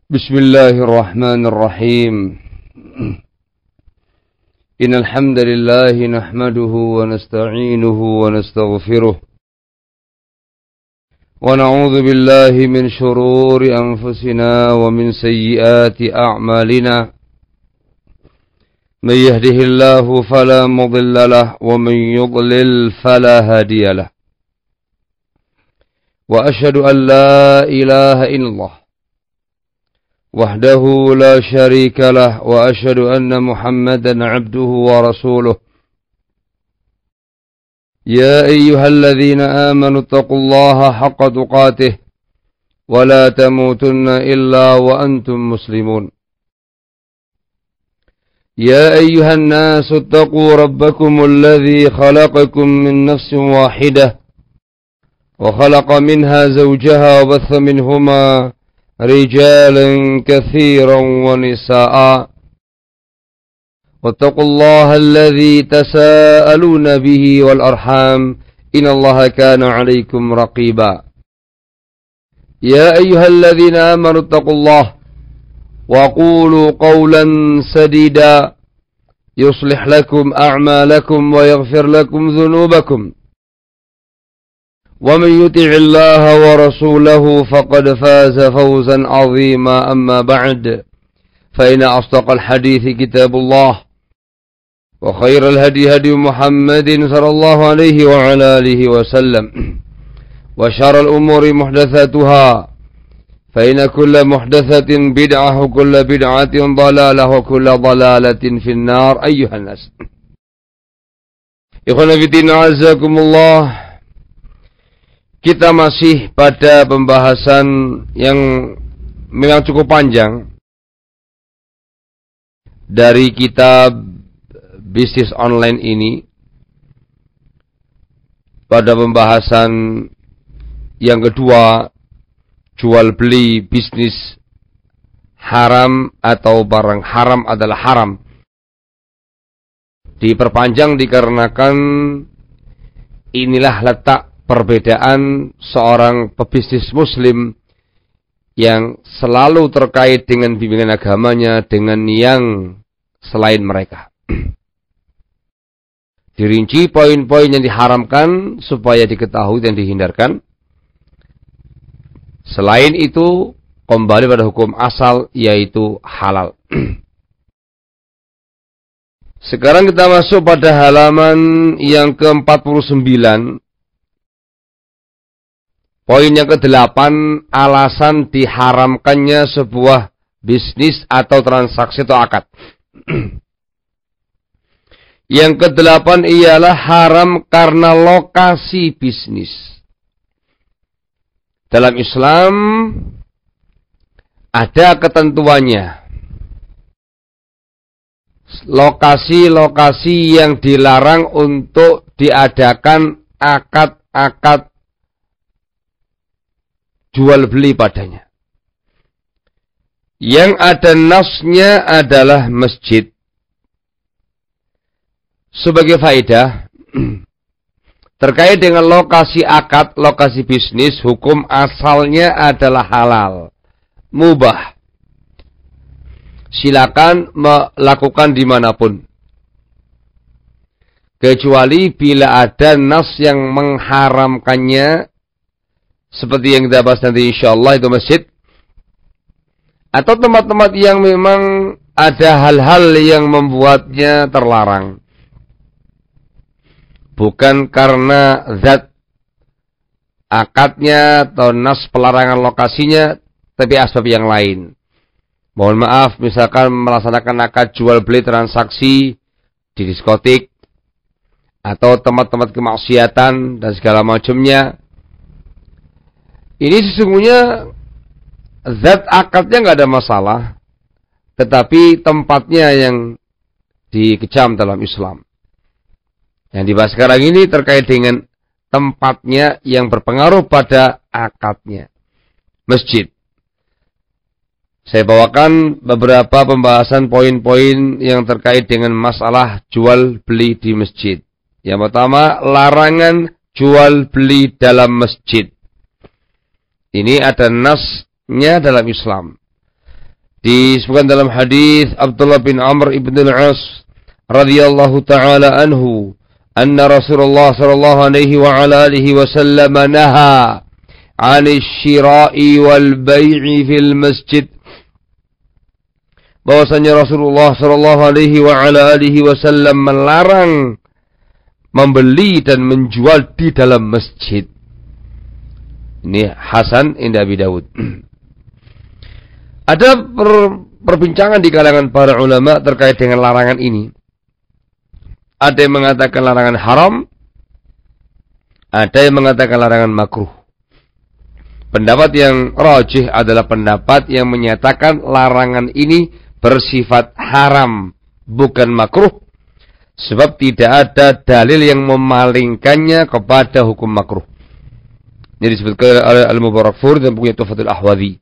بسم الله الرحمن الرحيم إن الحمد لله نحمده ونستعينه ونستغفره ونعوذ بالله من شرور أنفسنا ومن سيئات أعمالنا من يهده الله فلا مضل له ومن يضلل فلا هادي له وأشهد أن لا إله إلا الله وحده لا شريك له وأشهد أن محمدا عبده ورسوله يا أيها الذين آمنوا اتقوا الله حق تقاته ولا تموتن إلا وأنتم مسلمون يا أيها الناس اتقوا ربكم الذي خلقكم من نفس واحدة وخلق منها زوجها وبث منهما رجالا كثيرا ونساء واتقوا الله الذي تساءلون به والأرحام إن الله كان عليكم رقيبا يا أيها الذين آمنوا اتقوا الله وقولوا قولا سديدا يصلح لكم أعمالكم ويغفر لكم ذنوبكم ومن يطع الله ورسوله فقد فاز فوزا عظيما أما بعد فإن أصدق الحديث كتاب الله وخير الهدي هدي محمد صلى الله عليه وعلى آله وسلم وشر الأمور محدثاتها فإن كل محدثة بدعة وكل بدعة ضلالة وكل ضلالة في النار أيها الناس إخوانا في الدين أعزكم الله. Kita masih pada pembahasan yang memang cukup panjang dari kitab bisnis online ini. Pada pembahasan yang kedua, jual beli bisnis haram atau barang haram adalah haram. Diperpanjang dikarenakan inilah letak perbedaan seorang pebisnis muslim yang selalu terkait dengan bimbingan agamanya dengan yang selain mereka. Dirinci poin-poin yang diharamkan supaya diketahui dan dihindarkan. Selain itu, kembali pada hukum asal yaitu halal. Sekarang kita masuk pada halaman yang ke-49. Poin yang ke-8, alasan diharamkannya sebuah bisnis atau transaksi atau akad. Yang ke-8 ialah haram karena lokasi bisnis. Dalam Islam ada ketentuannya. Lokasi-lokasi yang dilarang untuk diadakan akad-akad jual beli padanya. Yang ada nasnya adalah masjid. Sebagai faedah terkait dengan lokasi akad, lokasi bisnis, hukum asalnya adalah halal, mubah. Silakan melakukan dimanapun. Kecuali bila ada nas yang mengharamkannya, seperti yang kita bahas nanti insyaallah itu masjid. Atau tempat-tempat yang memang ada hal-hal yang membuatnya terlarang. Bukan karena zat akadnya atau nas pelarangan lokasinya, tapi asbab yang lain. Mohon maaf, misalkan melaksanakan akad jual beli transaksi di diskotik atau tempat-tempat kemaksiatan dan segala macamnya. Ini sesungguhnya zat akadnya nggak ada masalah, tetapi tempatnya yang dikecam dalam Islam. Yang dibahas sekarang ini terkait dengan tempatnya yang berpengaruh pada akadnya. Masjid. Saya bawakan beberapa pembahasan poin-poin yang terkait dengan masalah jual beli di masjid. Yang pertama, larangan jual beli dalam masjid. Ini ada nasnya dalam Islam. Disebutkan dalam hadis Abdullah bin Amr ibn al-As radhiyallahu taala anhu, anna Rasulullah sallallahu alaihi wa ala alihi wasallam naha 'anil syira'i wal bai'i fil masjid. Bahwasanya Rasulullah sallallahu alaihi wa ala alihi wasallam melarang membeli dan menjual di dalam masjid. Ini Hasan inda Abi Dawud. Ada perbincangan di kalangan para ulama terkait dengan larangan ini. Ada yang mengatakan larangan haram, ada yang mengatakan larangan makruh. Pendapat yang rajih adalah pendapat yang menyatakan larangan ini bersifat haram, bukan makruh. Sebab tidak ada dalil yang memalingkannya kepada hukum makruh. Ini disebutkan oleh Al-Mubarakfuri dan bukunya Tuhfatul Ahwadhi.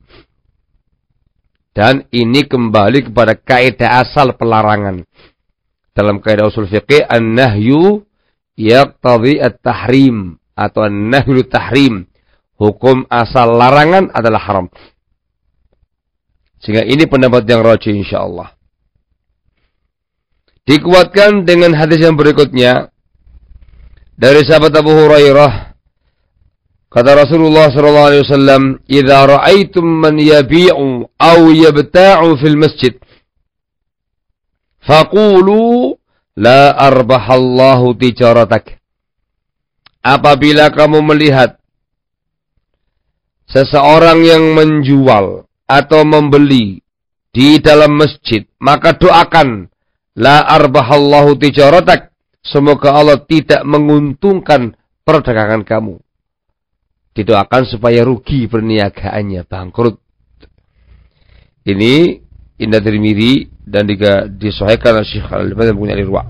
Dan ini kembali kepada kaidah asal pelarangan. Dalam kaidah usul fiqih, an-nahyu yaqtadhi at-tahrim atau an-nahyu tahrim. Hukum asal larangan adalah haram. Sehingga ini pendapat yang rajih insyaallah. Dikuatkan dengan hadis yang berikutnya dari sahabat Abu Hurairah. Kata Rasulullah sallallahu alaihi wasallam, "Idza ra'aitum man yabi'u aw yabta'u fil masjid, faqulu la arbahallahu tijaratak." Apabila kamu melihat seseorang yang menjual atau membeli di dalam masjid, maka doakan, la arbahallahu tijaratak, semoga Allah tidak menguntungkan perdagangan kamu. Didoakan supaya rugi perniagaannya, bangkrut. Ini Indah Tirmidzi dan juga disahihkan oleh Syekh Al-Albani punya Al-Irwa.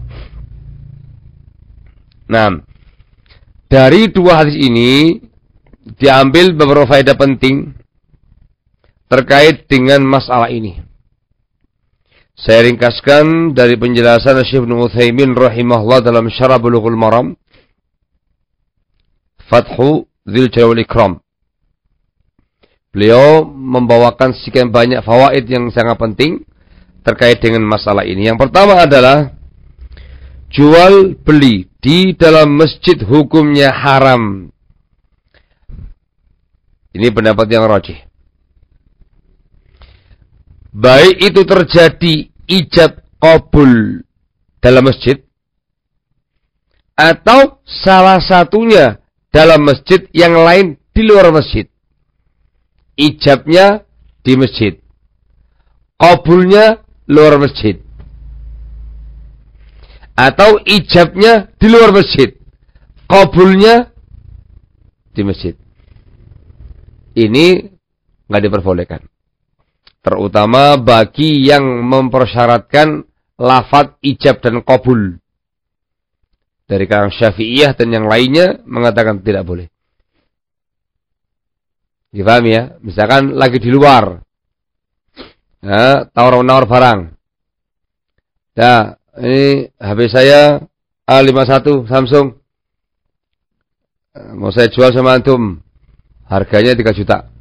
Nah, dari dua hadis ini diambil beberapa faedah penting terkait dengan masalah ini. Saya ringkaskan dari penjelasan Syekh Ibnu Utsaimin rahimahullah dalam Syarah Bulughul Maram, Fathu Dzil Jalali wal Ikram. Beliau membawakan sekian banyak fawaid yang sangat penting terkait dengan masalah ini. Yang pertama adalah jual beli di dalam masjid hukumnya haram. Ini pendapat yang rajih. Baik itu terjadi ijab qabul dalam masjid atau salah satunya dalam masjid, yang lain di luar masjid. Ijabnya di masjid, qabulnya luar masjid, atau ijabnya di luar masjid, qabulnya di masjid. Ini nggak diperbolehkan. Terutama bagi yang mempersyaratkan lafadz ijab dan qabul. Dari kalangan Syafi'iyah dan yang lainnya mengatakan tidak boleh. Dipaham ya? Misalkan lagi di luar, tawar-menawar barang. Nah, ini HP saya A51 Samsung. Mau saya jual sama antum. Harganya 3 juta.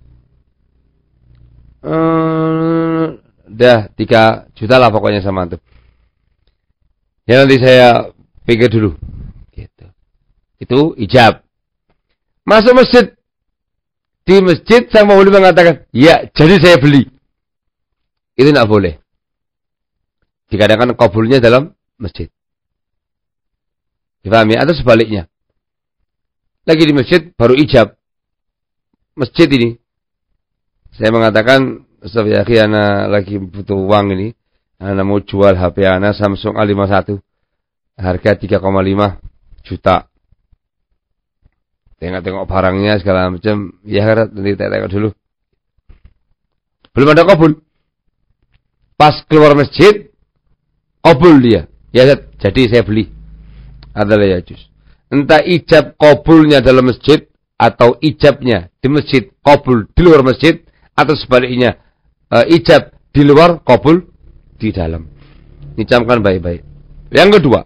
Dah 3 juta lah pokoknya sama antum. Ya nanti saya pikir dulu. Gitu. Itu ijab. Masuk masjid. Di masjid sang penghuni mengatakan, ya jadi saya beli. Itu tidak boleh. Dikatakan qabulnya dalam masjid. Dipahami? Atau sebaliknya. Lagi di masjid baru ijab. Masjid ini. Saya mengatakan, Ustaz Yaki, ana lagi butuh uang ini. Ana mau jual HP ana Samsung A51. Harga 3,5 juta. Tengok-tengok barangnya segala macam. Ya, nanti tengok dulu. Belum ada qabul. Pas keluar masjid, qabul dia. Ya, jadi saya beli. Adalah ya juz. Entah ijab qabulnya dalam masjid atau ijabnya di masjid, qabul di luar masjid, atau sebaliknya ijab di luar, qabul di dalam. Ini camkan baik-baik. Yang kedua,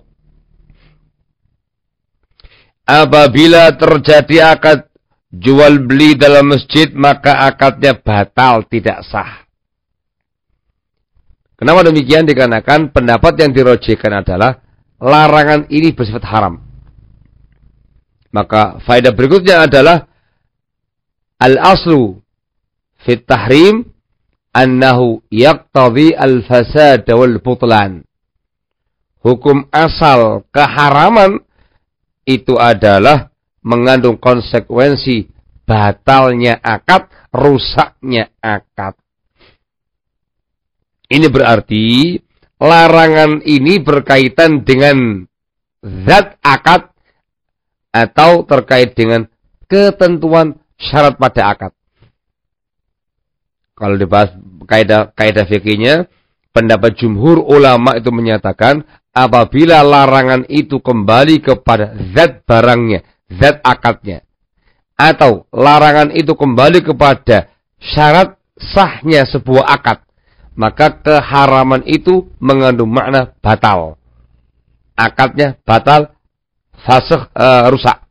apabila terjadi akad jual beli dalam masjid, maka akadnya batal, tidak sah. Kenapa demikian? Dikarenakan pendapat yang dirojihkan adalah larangan ini bersifat haram. Maka faedah berikutnya adalah al-aslu fit tahrim annahu yaqtadhi al-fasad wal butlan. Hukum asal keharaman itu adalah mengandung konsekuensi batalnya akad, rusaknya akad. Ini berarti larangan ini berkaitan dengan zat akad atau terkait dengan ketentuan syarat pada akad. Kalau dibahas kaidah fikihnya, pendapat jumhur ulama itu menyatakan apabila larangan itu kembali kepada zat barangnya, zat akadnya, atau larangan itu kembali kepada syarat sahnya sebuah akad, maka keharaman itu mengandung makna batal. Akadnya batal, fasakh, rusak.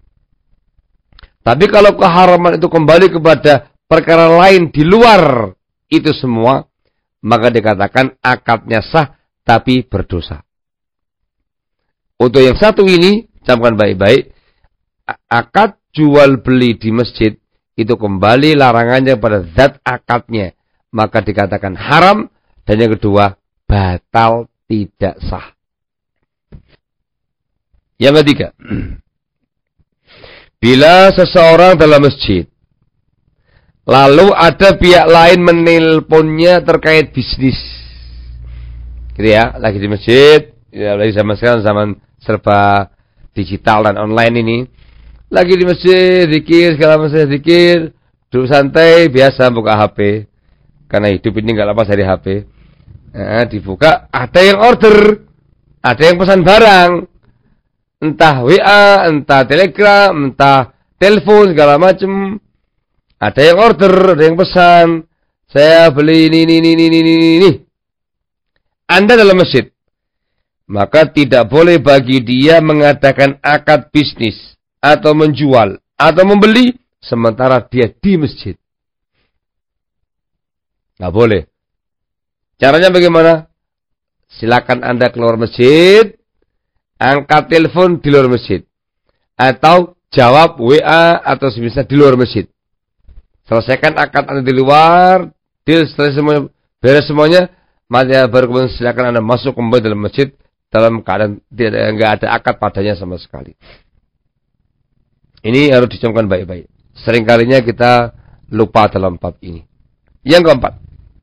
Tapi kalau keharaman itu kembali kepada perkara lain di luar itu semua, maka dikatakan akadnya sah tapi berdosa. Untuk yang satu ini, camkan baik-baik, akad jual beli di masjid itu kembali larangannya pada zat akadnya, maka dikatakan haram. Dan yang kedua, batal, tidak sah. Yang ketiga, bila seseorang dalam masjid lalu ada pihak lain menelponnya terkait bisnis, gitu ya, lagi di masjid, ya, lagi zaman sekarang, zaman serba digital dan online ini, lagi di masjid, zikir, segala macam zikir, duduk santai, biasa buka HP, karena hidup ini nggak lepas dari HP. Nah, dibuka, ada yang order, ada yang pesan barang, entah WA, entah Telegram, entah telepon, segala macam. Ada yang order, ada yang pesan, saya beli ini. Anda dalam masjid, maka tidak boleh bagi dia mengadakan akad bisnis atau menjual atau membeli sementara dia di masjid. Nggak boleh. Caranya bagaimana? Silakan Anda keluar masjid, angkat telepon di luar masjid, atau jawab WA atau semisal di luar masjid. Selesaikan akad Anda di luar, selesai semuanya, beres semuanya, maka baru kemudian silakan Anda masuk kembali dalam masjid dalam keadaan tidak ada akad padanya sama sekali. Ini harus dicamkan baik-baik. Seringkalinya kita lupa dalam bab ini. Yang keempat,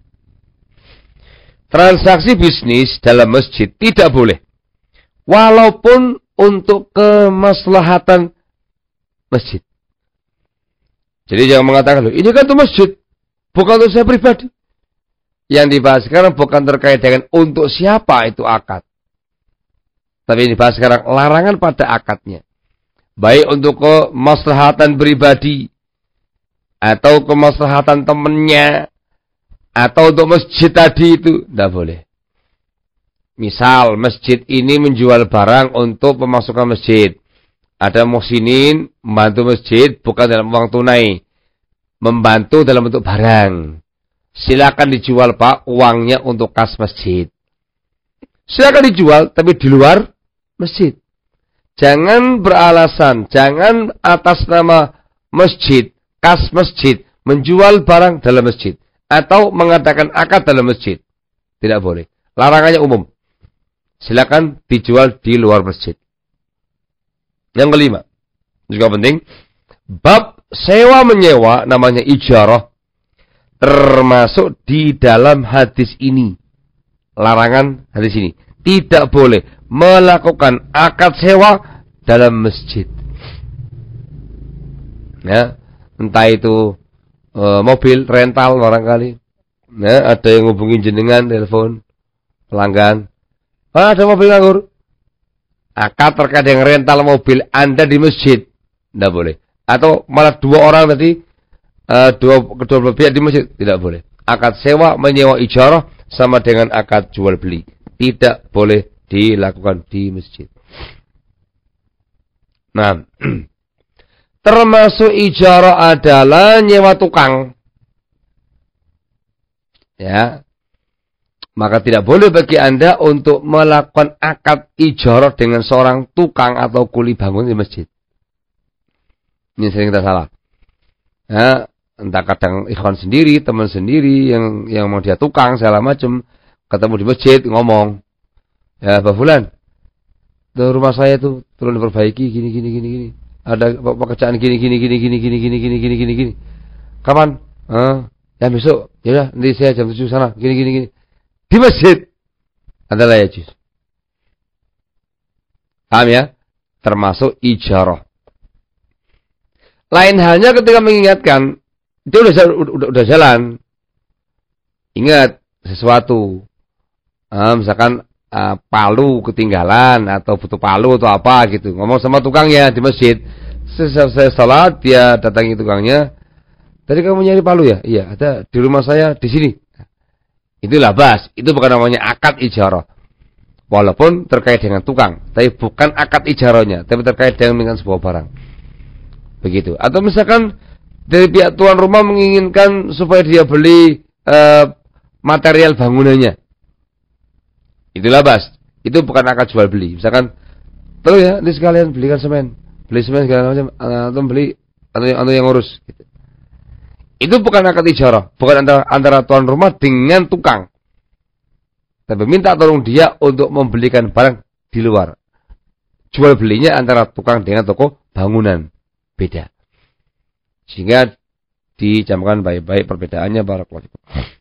transaksi bisnis dalam masjid tidak boleh, walaupun untuk kemaslahatan masjid. Jadi jangan mengatakan, loh, ini kan untuk masjid, bukan untuk saya pribadi. Yang dibahas sekarang bukan terkait dengan untuk siapa itu akad, tapi ini dibahas sekarang larangan pada akadnya. Baik untuk kemaslahatan pribadi, atau kemaslahatan temannya, atau untuk masjid tadi itu, tidak boleh. Misal, masjid ini menjual barang untuk pemasukan masjid. Ada muhsinin membantu masjid bukan dalam uang tunai, membantu dalam bentuk barang. Silakan dijual Pak, uangnya untuk kas masjid. Silakan dijual, tapi di luar masjid. Jangan beralasan, jangan atas nama masjid, kas masjid, menjual barang dalam masjid, atau mengadakan akad dalam masjid. Tidak boleh. Larangannya umum. Silakan dijual di luar masjid. Yang kelima, juga penting, bab sewa-menyewa namanya ijarah, termasuk di dalam hadis ini. Larangan hadis ini. Tidak boleh melakukan akad sewa dalam masjid. Ya, entah itu mobil rental barangkali. Ya, ada yang hubungi jenengan telepon pelanggan. Ada mobil nganggur. Akad terkait dengan rental mobil Anda di masjid, tidak boleh. Atau malah dua orang tadi, kedua pihak di masjid, tidak boleh. Akad sewa menyewa ijarah sama dengan akad jual beli, tidak boleh dilakukan di masjid. Nah, termasuk ijarah adalah nyewa tukang. Ya, maka tidak boleh bagi Anda untuk melakukan akad ijarah dengan seorang tukang atau kuli bangun di masjid. Ini sering kita salah. Ya, entah kadang ikhwan sendiri, teman sendiri yang mau dia tukang segala macam, ketemu di masjid ngomong, ya Pak Fulan, rumah saya tuh tolong diperbaiki gini. Ada pekerjaan gini. Kapan? Ya besok. Ya nanti saya jam 7 sana. Gini. Di masjid. Adalah ya juz. Paham ya? Termasuk ijarah. Lain halnya ketika mengingatkan, itu udah jalan. Ingat sesuatu. Misalkan palu ketinggalan atau butuh palu atau apa gitu. Ngomong sama tukangnya di masjid. Selesai salat dia datangi tukangnya. Tadi kamu nyari palu ya? Iya, ada di rumah saya di sini. Itulah bas. Itu bukan namanya akad ijarah. Walaupun terkait dengan tukang, tapi bukan akad ijarahnya, tapi terkait dengan sebuah barang. Begitu. Atau misalkan dari pihak tuan rumah menginginkan supaya dia beli material bangunannya. Itulah bas. Itu bukan akad jual beli. Misalkan, terus ya, ini sekalian belikan semen, beli semen segala macam, atau beli atau yang ngurus. Gitu. Itu bukan akad ijarah, bukan antara tuan rumah dengan tukang. Tapi minta tolong dia untuk membelikan barang di luar. Jual belinya antara tukang dengan toko bangunan. Beda. Sehingga dicamkan baik-baik perbedaannya. Barakallahu.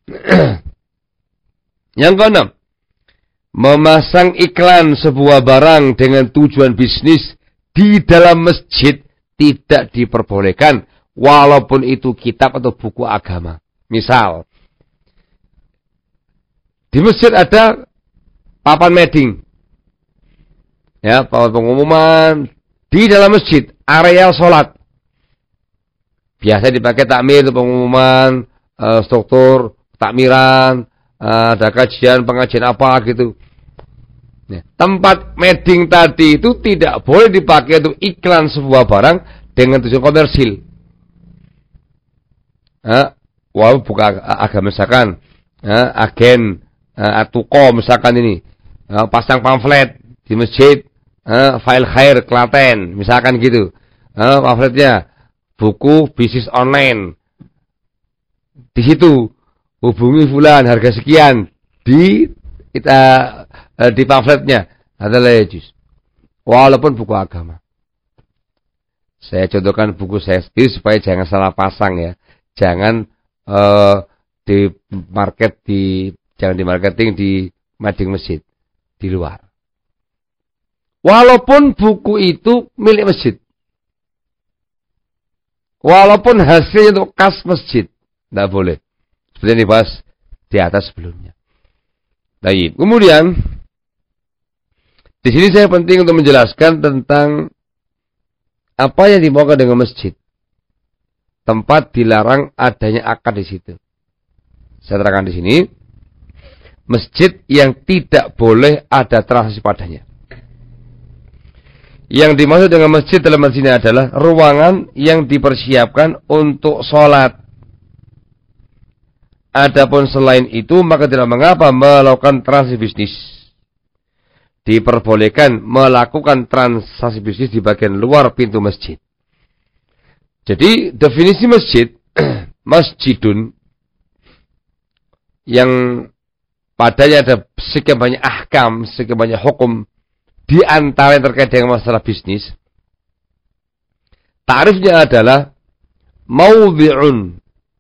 Yang keenam, memasang iklan sebuah barang dengan tujuan bisnis di dalam masjid tidak diperbolehkan, walaupun itu kitab atau buku agama. Misal, di masjid ada papan medding, ya, papan pengumuman di dalam masjid, area sholat. Biasa dipakai takmir itu pengumuman, struktur takmiran, ada kajian, pengajian apa gitu. Ya, tempat medding tadi itu tidak boleh dipakai untuk iklan sebuah barang dengan tujuan komersil. Walaupun bukan agama, misalkan agen Atuko misalkan ini pasang pamflet di masjid File Khair Klaten misalkan gitu, pamfletnya buku bisnis online, di situ hubungi fulan harga sekian di pamfletnya, adalah juz, walaupun buku agama. Saya contohkan buku saya sendiri supaya jangan salah pasang ya. Jangan jangan di marketing di mading masjid di luar. Walaupun buku itu milik masjid. Walaupun hasilnya untuk kas masjid, tidak boleh. Seperti yang dibahas di atas sebelumnya. Baik. Kemudian di sini saya penting untuk menjelaskan tentang apa yang dimaukan dengan masjid. Tempat dilarang adanya akad di situ. Saya terangkan di sini. Masjid yang tidak boleh ada transaksi padanya. Yang dimaksud dengan masjid dalam hal ini adalah ruangan yang dipersiapkan untuk sholat. Adapun selain itu, maka tidak mengapa melakukan transaksi bisnis. Diperbolehkan melakukan transaksi bisnis di bagian luar pintu masjid. Jadi definisi masjid, masjidun, yang padanya ada sekian banyak ahkam, sekian banyak hukum, di antara yang terkait dengan masalah bisnis. Ta'rifnya adalah mawdi'un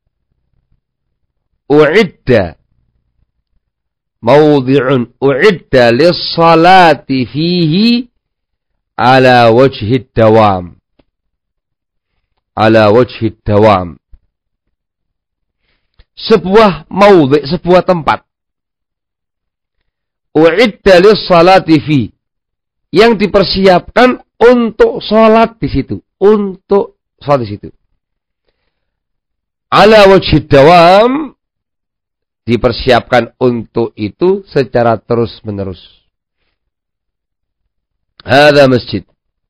u'idda lis-salati fihi ala wajhi dawam. Sebuah maudhi', sebuah tempat. U'idda lis-salati fi, yang dipersiapkan untuk sholat di situ, Ala wajhi dawam, dipersiapkan untuk itu secara terus-menerus. Ada masjid.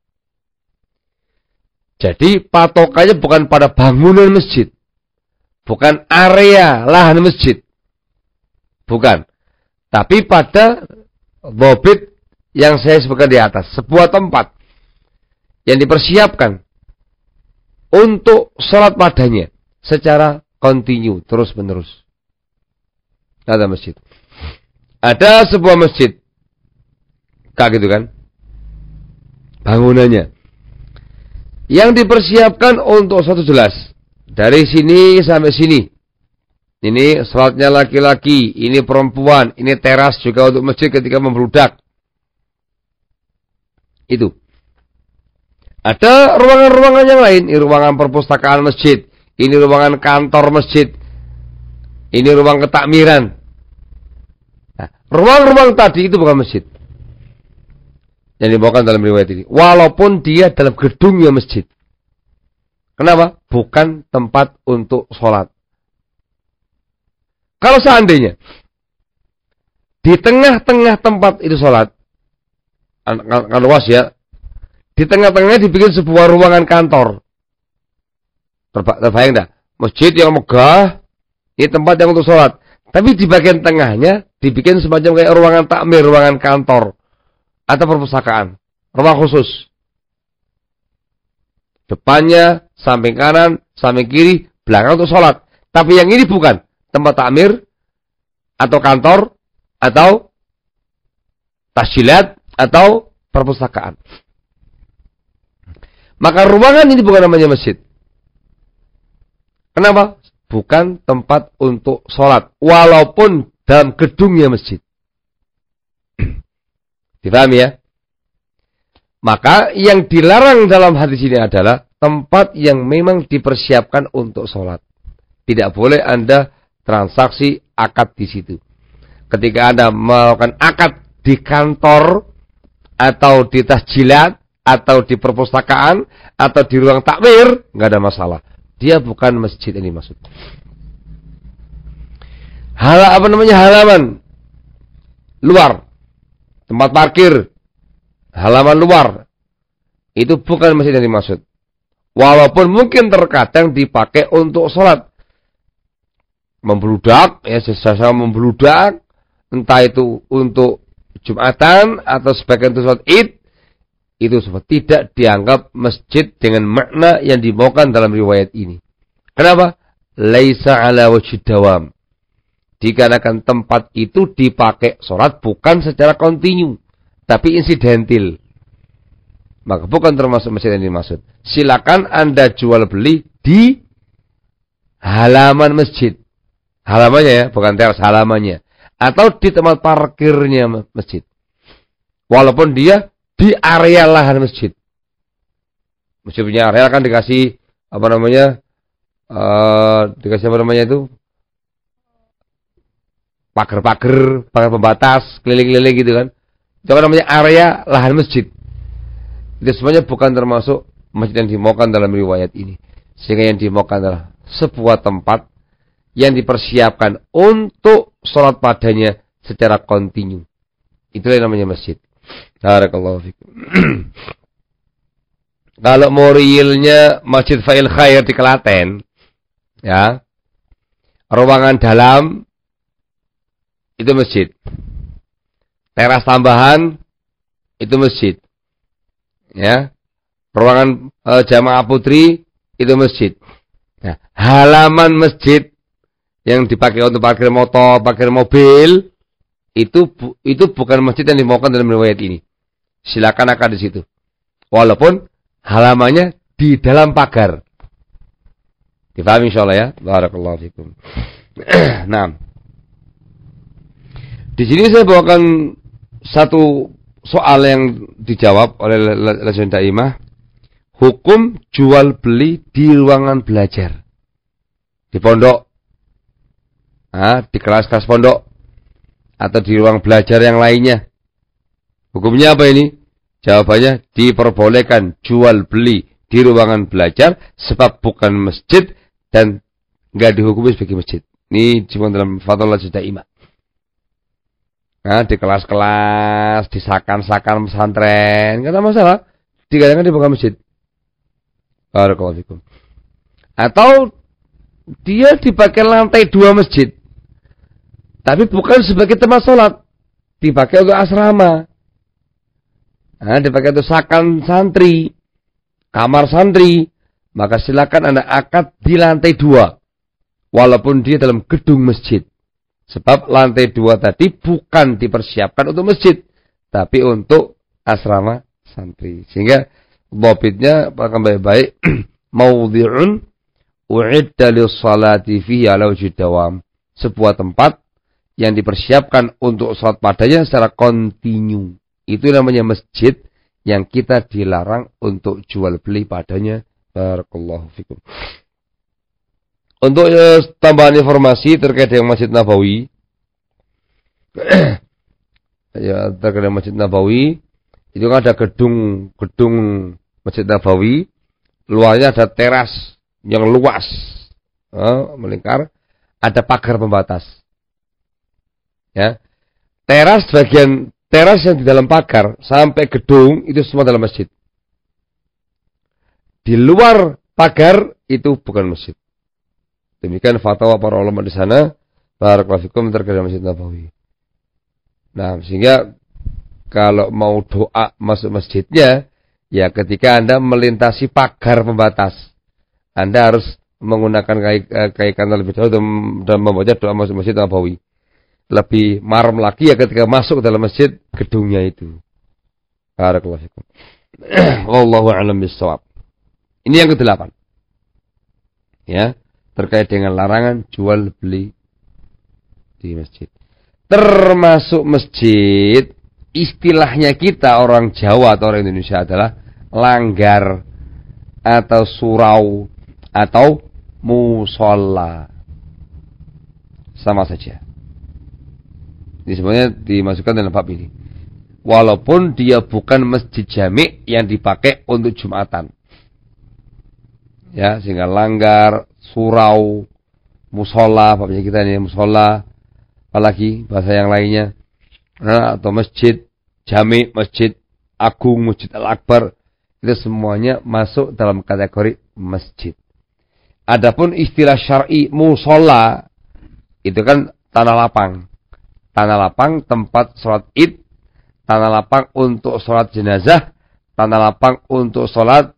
Jadi patokannya bukan pada bangunan masjid, bukan area lahan masjid, bukan. Tapi pada dhobit yang saya sebutkan di atas, sebuah tempat yang dipersiapkan untuk sholat padanya secara kontinu, terus menerus. Ada masjid. Ada sebuah masjid. Kayak gitu kan. Bangunannya. Yang dipersiapkan untuk suatu jelas. Dari sini sampai sini. Ini sholatnya laki-laki, ini perempuan, ini teras juga untuk masjid ketika membludak. Itu. Ada ruangan-ruangan yang lain. Ini ruangan perpustakaan masjid. Ini ruangan kantor masjid. Ini ruang ketakmiran. Nah, ruang-ruang tadi itu bukan masjid. Yang dibawakan dalam riwayat ini. Walaupun dia dalam gedungnya masjid. Kenapa? Bukan tempat untuk sholat. Kalau seandainya di tengah-tengah tempat itu sholat, kan luas ya, di tengah-tengahnya dibikin sebuah ruangan kantor. Terbayang dah? Masjid yang megah, ini tempat yang untuk sholat. Tapi di bagian tengahnya dibikin semacam kayak ruangan takmir, ruangan kantor atau perpustakaan, ruang khusus. Depannya, samping kanan, samping kiri, belakang untuk sholat. Tapi yang ini bukan tempat takmir atau kantor atau tasjilat atau perpustakaan. Maka ruangan ini bukan namanya masjid. Kenapa? Bukan tempat untuk sholat. Walaupun dalam gedungnya masjid. Dipahami ya? Maka yang dilarang dalam hadis ini adalah tempat yang memang dipersiapkan untuk sholat. Tidak boleh Anda transaksi akad di situ. Ketika Anda melakukan akad di kantor atau di tasjilat atau di perpustakaan atau di ruang takmir, nggak ada masalah. Dia bukan masjid ini maksud. Halaman luar, tempat parkir, halaman luar, itu bukan masjid yang dimaksud. Walaupun mungkin terkadang dipakai untuk sholat. Membludak, ya sesama membludak, entah itu untuk Jumatan atau sebagian untuk sholat Id, itu semua tidak dianggap masjid dengan makna yang dimaukan dalam riwayat ini. Kenapa? Laisa ala wajhid dawam. Dikarenakan tempat itu dipakai sholat bukan secara kontinu, tapi insidentil. Maka bukan termasuk masjid yang dimaksud. Silakan Anda jual beli di halaman masjid. Halamannya ya, bukan teras, halamannya. Atau di tempat parkirnya masjid. Walaupun dia di area lahan masjid. Masjid punya area kan dikasih dikasih itu pagar pembatas keliling-keliling gitu kan. Itu kan namanya area lahan masjid. Itu semuanya bukan termasuk masjid yang dimaukan dalam riwayat ini. Sehingga yang dimaukan adalah sebuah tempat yang dipersiapkan untuk sholat padanya secara kontinu. Itulah yang namanya masjid. Barakallahu fikum. Kalau mau realnya Masjid Fa'il Khair di Klaten, ya, ruangan dalam itu masjid. Teras tambahan itu masjid. Ya. Ruangan jamaah putri itu masjid. Nah, halaman masjid yang dipakai untuk parkir motor, parkir mobil, itu bukan masjid yang dimaukan dalam riwayat ini. Silakan akad di situ. Walaupun halamannya di dalam pagar. Difahami insyaallah ya. Barakallahu fikum. Nah, di sini saya bawakan satu soal yang dijawab oleh Lajnah Daimah. Hukum jual beli di ruangan belajar. Di pondok. Di kelas-kelas pondok. Atau di ruang belajar yang lainnya. Hukumnya apa ini? Jawabannya diperbolehkan jual beli di ruangan belajar sebab bukan masjid dan enggak dihukumi sebagai masjid. Ini cuma dalam Fatwa Lajnah Daimah. Di kelas-kelas, di sakan-sakan pesantren, enggak ada masalah. Dikatakan di bukan masjid. Barakallahu fikum. Atau dia di bagian lantai 2 masjid. Tapi bukan sebagai tempat sholat. dipakai untuk asrama. Nah, dipakai untuk sakan santri, kamar santri, maka silakan Anda akad di lantai 2. Walaupun dia dalam gedung masjid. Sebab lantai 2 tadi bukan dipersiapkan untuk masjid, tapi untuk asrama santri. Sehingga dhabitnya akan baik-baik maudhi'un u'idda lis-salati fihi 'ala wajhi dawam. Sebuah tempat yang dipersiapkan untuk salat padanya secara kontinu. Itu namanya masjid yang kita dilarang untuk jual beli padanya. Barakallahu fikum. Untuk tambahan informasi terkait dengan Masjid Nabawi. Ya, terkait dengan Masjid Nabawi, itu kan ada gedung Masjid Nabawi, luarnya ada teras yang luas, melingkar, ada pagar pembatas. Ya. Teras yang di dalam pagar sampai gedung itu semua dalam masjid. Di luar pagar itu bukan masjid. Demikian fatwa para ulama di sana. Barakallahu fikum terkait dengan Masjid Nabawi. Nah, sehingga kalau mau doa masuk masjidnya, ya ketika Anda melintasi pagar pembatas, Anda harus menggunakan kaikan lebih dahulu dan membaca doa masuk Masjid Nabawi. Lebih marem lagi ya ketika masuk ke dalam masjid gedungnya itu. Barakallahu fikum. Wallahu a'lam bissawab. Ini yang ke-8. Ya, terkait dengan larangan jual beli di masjid. Termasuk masjid, istilahnya kita orang Jawa atau orang Indonesia adalah langgar atau surau atau musola. Sama saja. Ini sebenarnya dimasukkan dalam bab ini. Walaupun dia bukan masjid jami' yang dipakai untuk Jumatan. Ya, sehingga langgar, surau, musola, babnya kita ini musola, apalagi bahasa yang lainnya, atau masjid jami', masjid agung, masjid al-akbar, itu semuanya masuk dalam kategori masjid. Adapun istilah syar'i musola itu kan tanah lapang. Tanah lapang tempat sholat id, tanah lapang untuk sholat jenazah, tanah lapang untuk sholat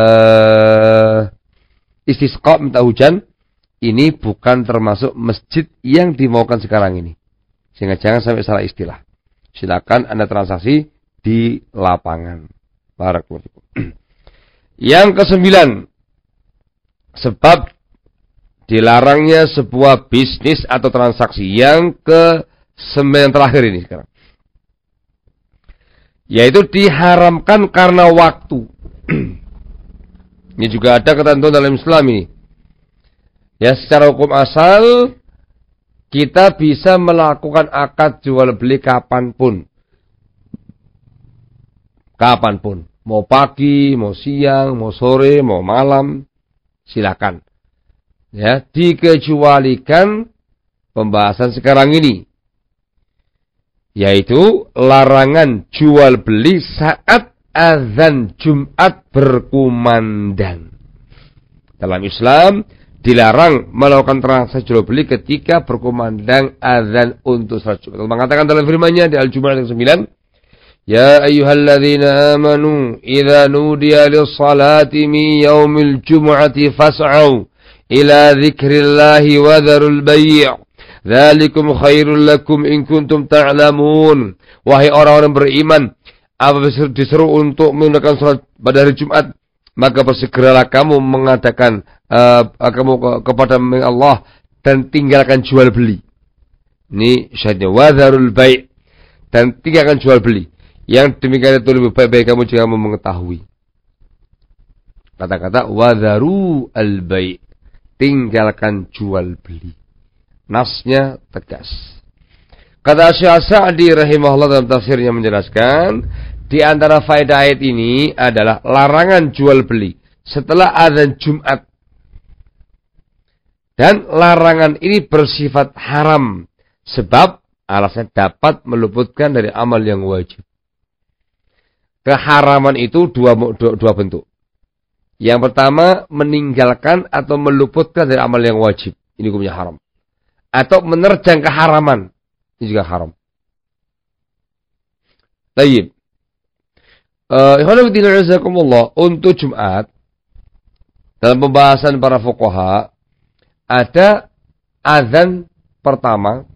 istisqa minta hujan. Ini bukan termasuk masjid yang dimaukan sekarang ini. Sehingga jangan sampai salah istilah. Silakan Anda transaksi di lapangan. Barakallahu fikum. Yang ke-9, sebab dilarangnya sebuah bisnis atau transaksi. Yang ke-9 terakhir ini sekarang. Yaitu diharamkan karena waktu. Ini juga ada ketentuan dalam Islam ini. Ya, secara hukum asal kita bisa melakukan akad jual beli kapanpun. Kapanpun. Mau pagi, mau siang, mau sore, mau malam. Silakan. Ya, dikecualikan pembahasan sekarang ini. Yaitu larangan jual beli saat azan Jumat berkumandang. Dalam Islam dilarang melakukan transaksi jual beli ketika berkumandang azan untuk salat Jumat. Allah mengatakan dalam firman-Nya di Al-Jumu'ah ayat 9, Ya ayyuhalladzina amanu idza nudiya lis-salati min yaumil jumu'ati fas'au ila dzikrillahi wa dzarul bai'. Dzalikum khairul lakum in kuntum ta'lamun. Wahai orang-orang beriman, apabila disuruh untuk menunaikan salat pada hari Jumat, maka bersegeralah kamu mengadakan kamu kepada Allah dan tinggalkan jual beli. Ini syaratnya wadzarul bai', dan tinggalkan jual beli. Yang demikian itu lebih baik kamu jika kamu mengetahui. Kata-kata wadzaru al bai', tinggalkan jual beli. Nasnya tegas. Kata Syekh Sa'di rahimahullah dalam tafsirnya menjelaskan, di antara faedah ayat ini adalah larangan jual beli setelah azan Jumat. Dan larangan ini bersifat haram sebab alasan dapat meluputkan dari amal yang wajib. Keharaman itu dua bentuk. Yang pertama, meninggalkan atau meluputkan dari amal yang wajib. Ini hukumnya haram. Atau menerjang keharaman. Ini juga haram. Tayyib. Untuk Jumat dalam pembahasan para fuqaha ada azan pertama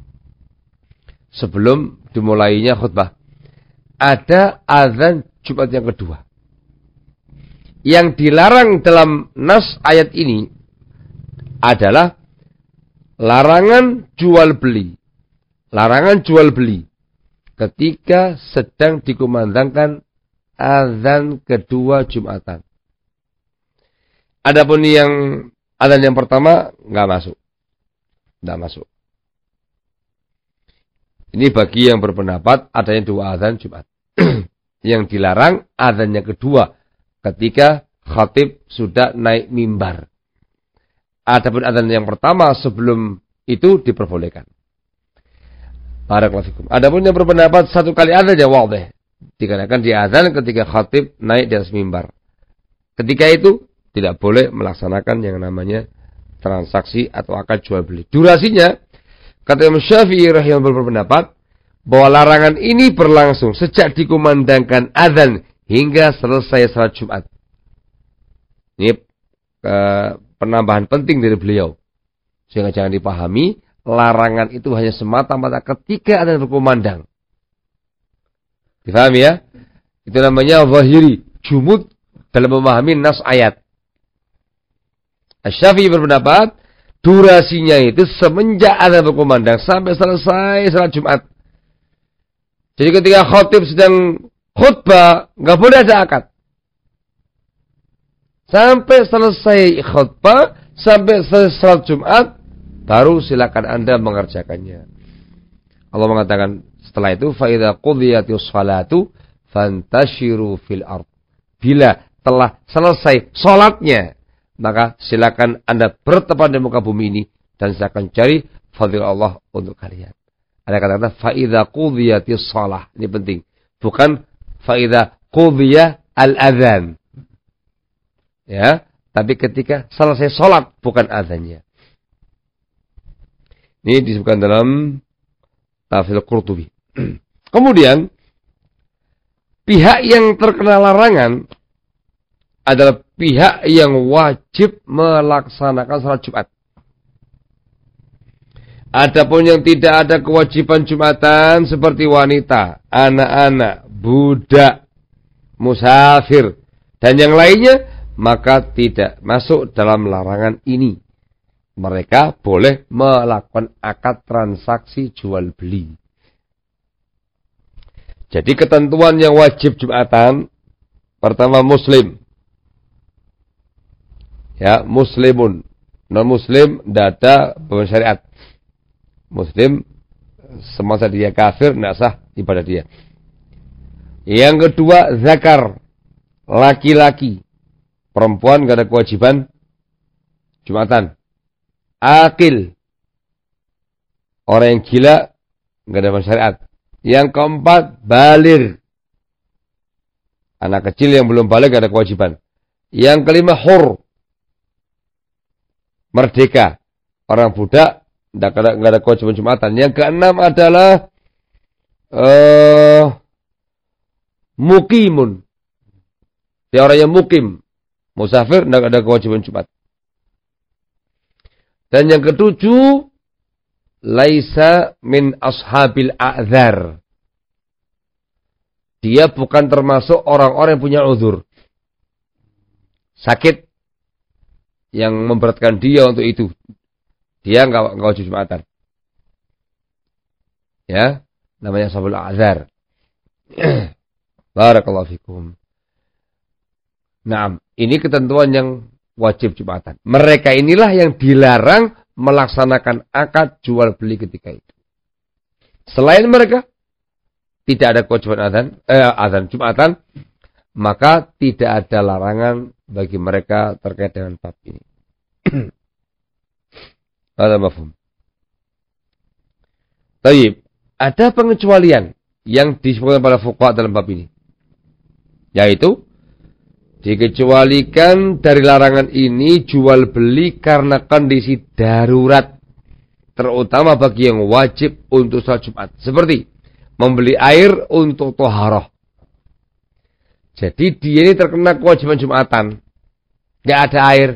sebelum dimulainya khutbah. Ada azan Jumat yang kedua. Yang dilarang dalam nas ayat ini adalah larangan jual beli. Larangan jual beli ketika sedang dikumandangkan azan kedua Jumatan. Adapun yang azan yang pertama enggak masuk. Enggak masuk. Ini bagi yang berpendapat adanya dua azan Jumat. Yang dilarang azan yang kedua ketika khatib sudah naik mimbar. Adapun azan yang pertama sebelum itu diperbolehkan. Barakallahu fikum. Adapun yang berpendapat satu kali azan ya wadih. Dikarenakan di azan ketika khatib naik di atas mimbar. Ketika itu tidak boleh melaksanakan yang namanya transaksi atau akad jual beli. Durasinya kata Imam Syafi'i rahimahullah berpendapat bahwa larangan ini berlangsung sejak dikumandangkan azan hingga selesai salat Jumat. Ini penambahan penting dari beliau. Sehingga jangan dipahami larangan itu hanya semata-mata ketika azan berkumandang. Difahami ya? Itu namanya zahiri, jumud dalam memahami nas ayat. Asy-Syafi'i berpendapat durasinya itu semenjak azan berkumandang sampai selesai salat Jumat. Jadi ketika khatib sedang khutbah, enggak boleh ada akad. Sampai selesai khutbah, sampai selesai salat Jumat, baru silakan Anda mengerjakannya. Allah mengatakan setelah itu fa idza qudiyatis shalatu fantashiru fil ard. Bila telah selesai salatnya, maka silakan Anda bertepan di muka bumi ini dan silakan cari fadilah Allah untuk kalian. Ada kata-kata fa idza qudiyatis shalah. Ini penting. Bukan fa idza qudiya al-adzan. Ya, tapi ketika selesai salat bukan azannya. Ini disebutkan dalam Tafsir Qurtubi. Kemudian pihak yang terkena larangan adalah pihak yang wajib melaksanakan salat Jumat. Adapun yang tidak ada kewajiban Jumatan seperti wanita, anak-anak, budak, musafir, dan yang lainnya, maka tidak masuk dalam larangan ini. Mereka boleh melakukan akad transaksi jual beli. Jadi ketentuan yang wajib Jumatan, pertama muslim. Ya, muslimun. Non-muslim tidak ada beban syariat. Muslim semasa dia kafir tidak sah ibadah dia. Yang kedua zakar, laki-laki. Perempuan tidak ada kewajiban Jumatan. Akil, orang yang gila tidak ada syariat. Yang keempat baligh, anak kecil yang belum balik tidak ada kewajiban. Yang kelima hur, merdeka, orang budak tidak ada kewajiban Jumatan. Yang keenam adalah muqimun, dia orang yang mukim, musafir tidak ada kewajiban Jumat. Dan yang ketujuh, laisa min ashabil a'dzar. Dia bukan termasuk orang-orang yang punya uzur. Sakit yang memberatkan dia untuk itu. Dia enggak wajib Jumatan. Ya, namanya ashabul a'dzar. Barakallahu fikum. Nah, ini ketentuan yang wajib Jumatan. Mereka inilah yang dilarang melaksanakan akad jual beli ketika itu. Selain mereka tidak ada kewajiban azan Jumatan, maka tidak ada larangan bagi mereka terkait dengan bab ini. Ada mafhum. Baik, ada pengecualian yang disebutkan pada fuqaha dalam bab ini. Yaitu dikecualikan dari larangan ini jual beli karena kondisi darurat, terutama bagi yang wajib untuk salat Jumat. Seperti membeli air untuk toharoh. Jadi dia ini terkena kewajiban Jumatan. Nggak ada air.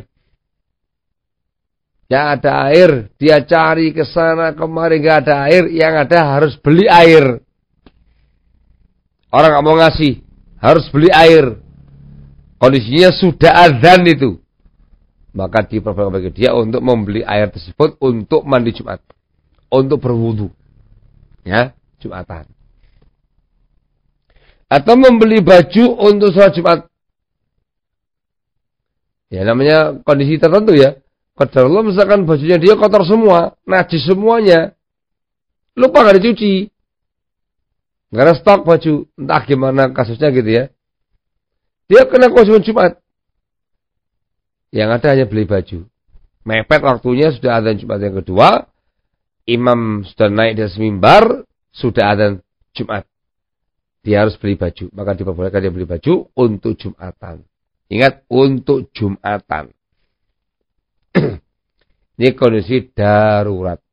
Nggak ada air. Dia cari ke sana kemari nggak ada air. Yang ada harus beli air. Orang nggak mau ngasih. Harus beli air. Kondisinya sudah azan itu. Maka diperbolehkan bagi dia untuk membeli air tersebut untuk mandi Jumat. Untuk berwudu. Ya, Jumatan. Atau membeli baju untuk sholat Jumat. Ya namanya kondisi tertentu ya. Qadarullah misalkan bajunya dia kotor semua. Najis semuanya. Lupa gak dicuci. Gak ada stok baju. Entah gimana kasusnya gitu ya. Dia kena kewajiban Jumat. Yang ada hanya beli baju. Mepet waktunya sudah adzan Jumat yang kedua. Imam sudah naik di atas mimbar. Sudah adzan Jumat. Dia harus beli baju. Maka diperbolehkan dia beli baju untuk Jumatan. Ingat, untuk Jumatan. Ini kondisi darurat.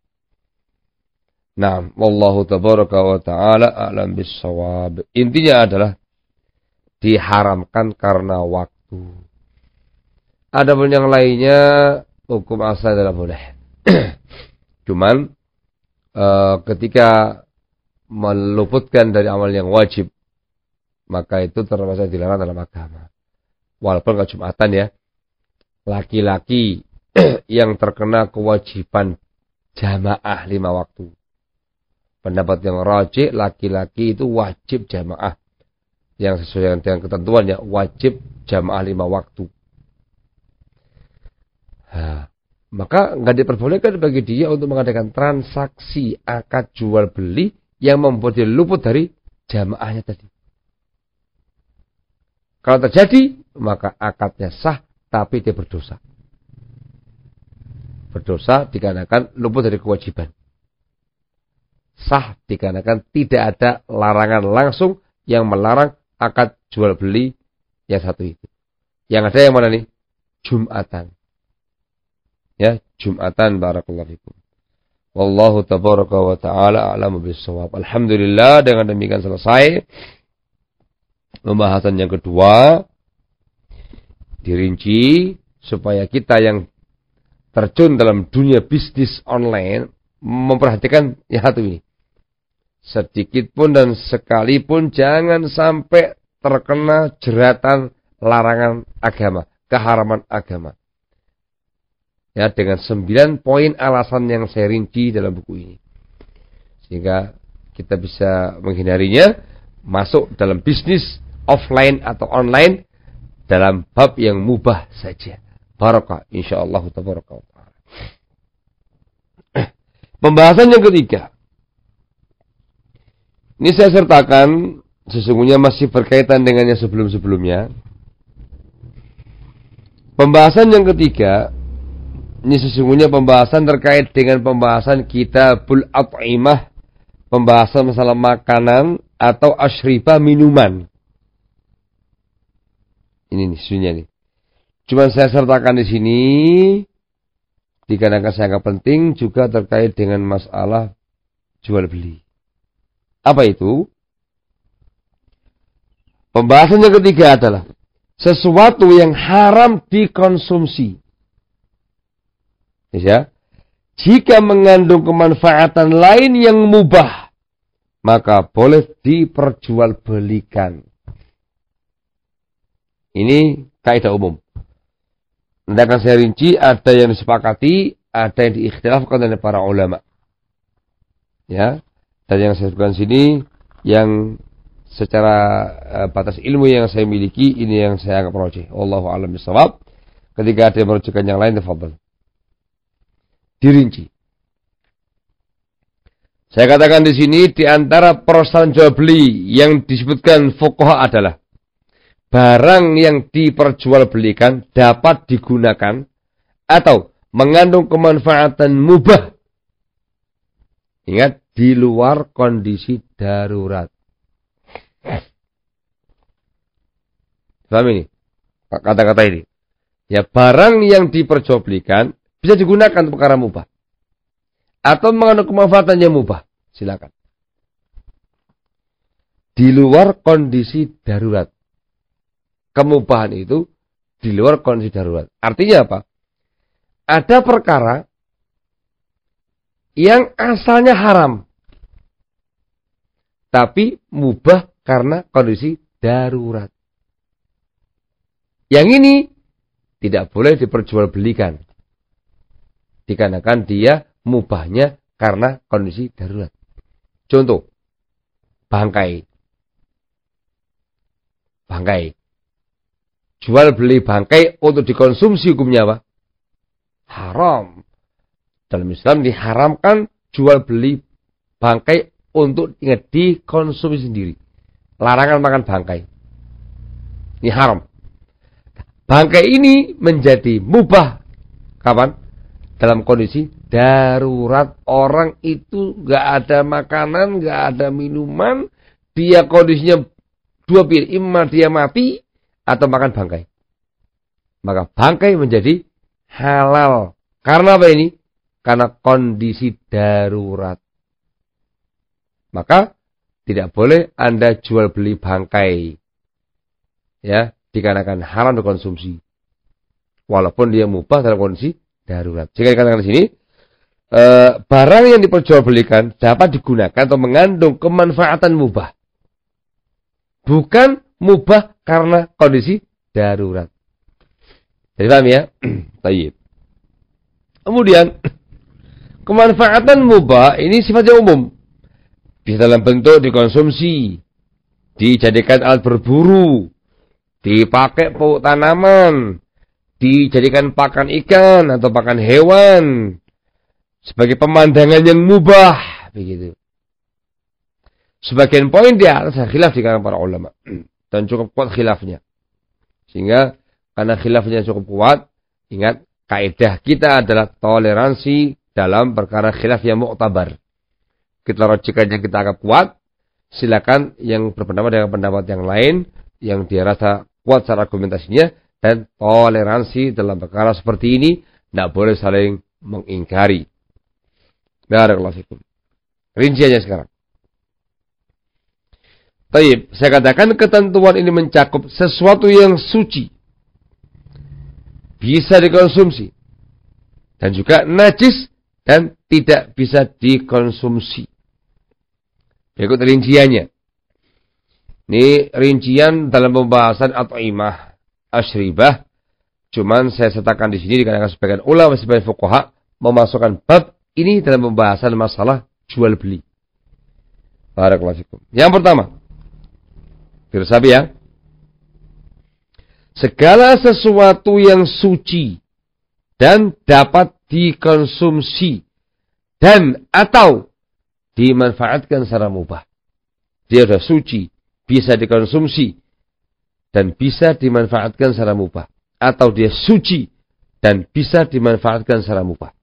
Nah, wallahu tabaraka wa ta'ala a'lam bis-shawab. Intinya adalah diharamkan karena waktu. Adapun yang lainnya hukum asal adalah boleh. Cuman ketika meluputkan dari amal yang wajib, maka itu termasuk dilarang dalam agama. Walaupun nggak Jumatan ya, laki-laki yang terkena kewajiban jamaah 5 waktu. Pendapat yang rajih, laki-laki itu wajib jamaah. Yang sesuai dengan ketentuannya, wajib jamaah 5 waktu. Nah, maka nggak diperbolehkan bagi dia untuk mengadakan transaksi akad jual beli yang membuat dia luput dari jamaahnya tadi. Kalau terjadi, maka akadnya sah, tapi dia berdosa. Berdosa dikarenakan luput dari kewajiban. Sah dikarenakan tidak ada larangan langsung yang melarang akad jual beli yang satu itu. Yang ada yang mana nih? Jumatan. Ya, Jumatan barakallahu fikum. Wallahu tabaraka wa ta'ala a'lamu bis-shawab. Alhamdulillah, dengan demikian selesai pembahasan yang kedua. Dirinci supaya kita yang terjun dalam dunia bisnis online memperhatikan yang satu ini. Sedikit pun dan sekalipun jangan sampai terkena jeratan larangan agama, keharaman agama. Ya, dengan 9 poin alasan yang saya rinci dalam buku ini. Sehingga kita bisa menghindarinya masuk dalam bisnis offline atau online dalam bab yang mubah saja. Barakah insyaallah tabaraka wa taala. Pembahasan yang ketiga. Ini saya sertakan sesungguhnya masih berkaitan dengan yang sebelum-sebelumnya. Pembahasan yang ketiga ini sesungguhnya pembahasan terkait dengan pembahasan kitabul at'imah, pembahasan masalah makanan atau asyribah minuman. Ini nih sesungguhnya nih. Cuma saya sertakan di sini dikarenakan saya anggap penting juga terkait dengan masalah jual beli. Apa itu? Pembahasan yang ketiga adalah sesuatu yang haram dikonsumsi. Ya, jika mengandung kemanfaatan lain yang mubah, maka boleh diperjualbelikan. Ini kaidah umum. Nanti akan saya rinci, ada yang disepakati, ada yang diikhtilafkan oleh para ulama. Ya, dan yang saya sebutkan sini, yang secara batas ilmu yang saya miliki, ini yang saya anggap rajih. Wallahu a'lam bishawab. Ketika ada yang merujukan yang lain, tafadhal. Dirinci. Saya katakan di sini di antara permasalahan jual beli yang disebutkan fuqaha adalah barang yang diperjualbelikan dapat digunakan atau mengandung kemanfaatan mubah. Ingat, di luar kondisi darurat. Paham ini? Kata-kata ini. Ya, barang yang diperjualbelikan bisa digunakan untuk perkara mubah. Atau mengandung kemanfaatan yang mubah. Silakan. di luar kondisi darurat. Kemubahan itu di luar kondisi darurat. Artinya apa? Ada perkara yang asalnya haram, tapi mubah karena kondisi darurat. Yang ini tidak boleh diperjualbelikan, dikarenakan dia mubahnya karena kondisi darurat. Contoh, bangkai. Jual beli bangkai untuk dikonsumsi hukumnya apa? Haram. Dalam Islam diharamkan jual beli bangkai untuk dikonsumsi sendiri. Larangan makan bangkai. Ini haram. Bangkai ini menjadi mubah. Kapan? Dalam kondisi darurat. Orang itu nggak ada makanan, nggak ada minuman. Dia kondisinya dua pilihan. Imma dia mati atau makan bangkai. Maka bangkai menjadi halal. Karena apa ini? Karena kondisi darurat. Maka tidak boleh Anda jual beli bangkai. Ya, dikarenakan haram dikonsumsi. Walaupun dia mubah dalam kondisi darurat. Jika dikatakan di sini, barang yang diperjualbelikan dapat digunakan atau mengandung kemanfaatan mubah. Bukan mubah karena kondisi darurat. Jadi paham ya? Baik. Kemudian, kemanfaatan mubah ini sifatnya umum. Bisa dalam bentuk dikonsumsi, dijadikan alat berburu, dipakai pupuk tanaman, dijadikan pakan ikan atau pakan hewan, sebagai pemandangan yang mubah, begitu. Sebagian poin di atas khilaf di kalangan para ulama dan cukup kuat khilafnya. Sehingga karena khilafnya cukup kuat, ingat kaidah kita adalah toleransi dalam perkara khilaf yang mu'tabar. Kita rojikan yang kita anggap kuat, silakan yang berpendapat dengan pendapat yang lain yang dia rasa kuat secara argumentasinya, dan toleransi dalam perkara seperti ini tidak boleh saling mengingkari. Barakallahu fikum. Rinciannya sekarang. Baik, saya katakan ketentuan ini mencakup sesuatu yang suci, bisa dikonsumsi, dan juga najis dan tidak bisa dikonsumsi. Berikut rinciannya. Ini rincian dalam pembahasan at'imah asyribah. Cuman saya sertakan di sini dikarenakan sebagian ulama, sebagian fuqaha memasukkan bab ini dalam pembahasan masalah jual beli. Barakallahu fikum. Yang pertama, bersabi ya. Segala sesuatu yang suci dan dapat dikonsumsi dan atau dimanfaatkan secara mubah. Dia sudah suci, bisa dikonsumsi dan bisa dimanfaatkan secara mubah. Atau dia suci dan bisa dimanfaatkan secara mubah.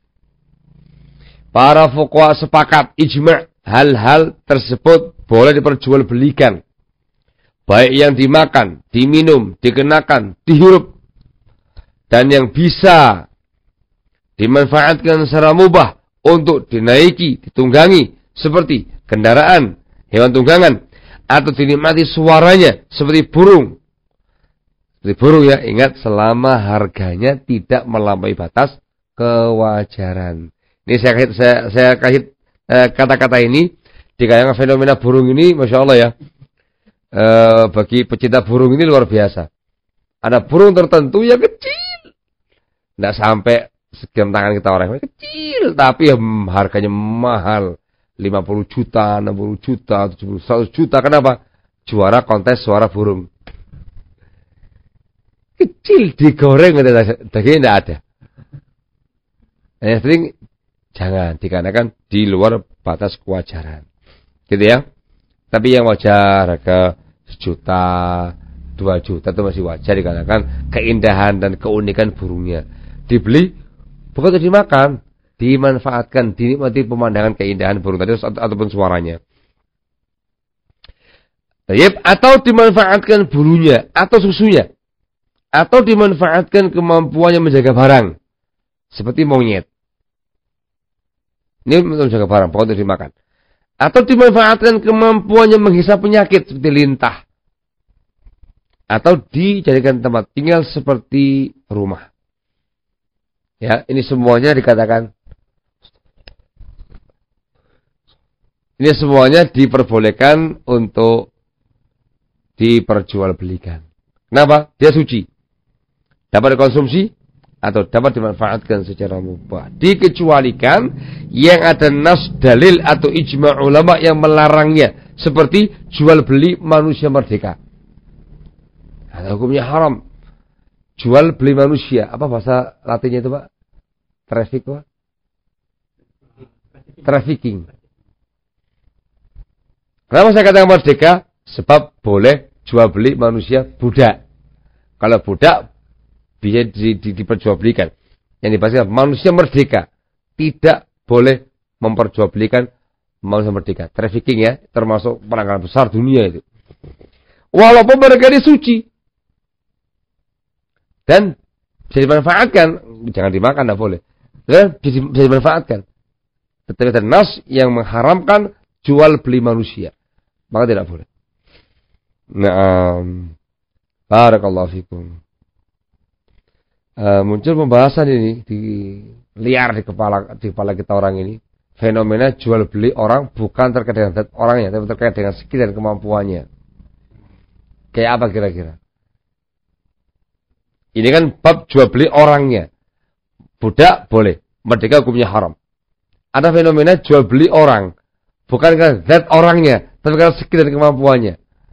Para fuqaha sepakat ijma' hal-hal tersebut boleh diperjualbelikan. Baik yang dimakan, diminum, dikenakan, dihirup. Dan yang bisa dimanfaatkan secara mubah untuk dinaiki, ditunggangi. Seperti kendaraan, hewan tunggangan. Atau dinikmati suaranya seperti burung. Seperti burung ya, ingat selama harganya tidak melampaui batas kewajaran. Ini saya kasih kata-kata ini. Dikarenakan fenomena burung ini, Masya Allah ya. Bagi pecinta burung ini luar biasa. Ada burung tertentu yang kecil, tidak sampai sekian tangan kita orang, kecil, tapi harganya mahal, 50 juta, 60 juta, 70, 100 juta. Kenapa? Juara kontes suara burung. Kecil, digoreng, dagingnya tidak ada. Yang sering jangan, dikarenakan di luar batas kewajaran. Gitu ya. Tapi yang wajar harga 1 juta, 2 juta itu masih wajar dikarenakan keindahan dan keunikan burungnya. Dibeli bukan untuk dimakan, dimanfaatkan, dinikmati pemandangan keindahan burung tadi ataupun suaranya. Atau dimanfaatkan bulunya atau susunya. Atau dimanfaatkan kemampuannya menjaga barang. Seperti monyet. Ini untuk menjaga barang, bukan untuk dimakan. Atau dimanfaatkan kemampuannya menghisap penyakit seperti lintah. Atau dijadikan tempat tinggal seperti rumah. Ya, ini semuanya dikatakan. Ini semuanya diperbolehkan untuk diperjualbelikan. Kenapa? Dia suci. Dapat dikonsumsi atau dapat dimanfaatkan secara mubah. Dikecualikan yang ada nas dalil atau ijma' ulama yang melarangnya. Seperti jual beli manusia merdeka. Ada hukumnya haram. Jual beli manusia. Apa bahasa latinnya itu, Pak? Traffic, Pak? Trafficking. Kenapa saya katakan merdeka? Sebab boleh jual beli manusia budak. Kalau budak bisa diperjualbelikan. Yang dipastikan manusia merdeka tidak boleh memperjualbelikan manusia merdeka. Trafficking ya, termasuk pelanggaran besar dunia itu. Walaupun mereka ini suci dan bisa dimanfaatkan, jangan dimakan, tidak boleh. Dan bisa dimanfaatkan. Tetapi ada nas yang mengharamkan jual beli manusia, maka tidak boleh. Naam. Barakallahu fikum. Muncul pembahasan ini di liar di kepala kita orang ini. Fenomena jual beli orang bukan terkait dengan zat orangnya, tapi terkait dengan skill dan kemampuannya. Kayak apa kira-kira? Ini kan bab jual beli orangnya. Budak boleh, merdeka hukumnya haram. Ada fenomena jual beli orang, bukan karena zat orangnya, tapi karena skill dan kemampuannya.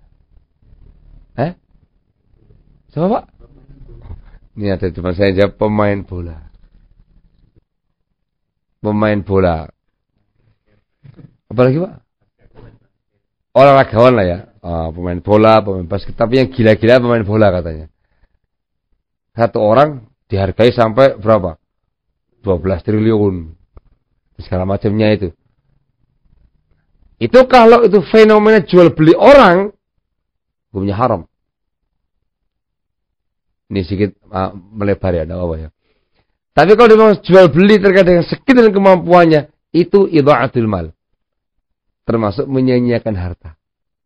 Siapa, Pak? Ini ada teman saya jawab pemain bola. Pemain bola. Apalagi, Pak? Olahragawan lah ya. Pemain bola, pemain basket. Tapi yang gila-gila pemain bola katanya. Satu orang dihargai sampai berapa? 12 triliun. Segala macamnya itu. Itu kalau itu fenomena jual beli orang, hukumnya haram. Ini sedikit melebar ya, tidak apa-apa ya. Tapi kalau dia jual beli terkait dengan skill dan kemampuannya, itu idha'atul mal. Termasuk menyia-nyiakan harta.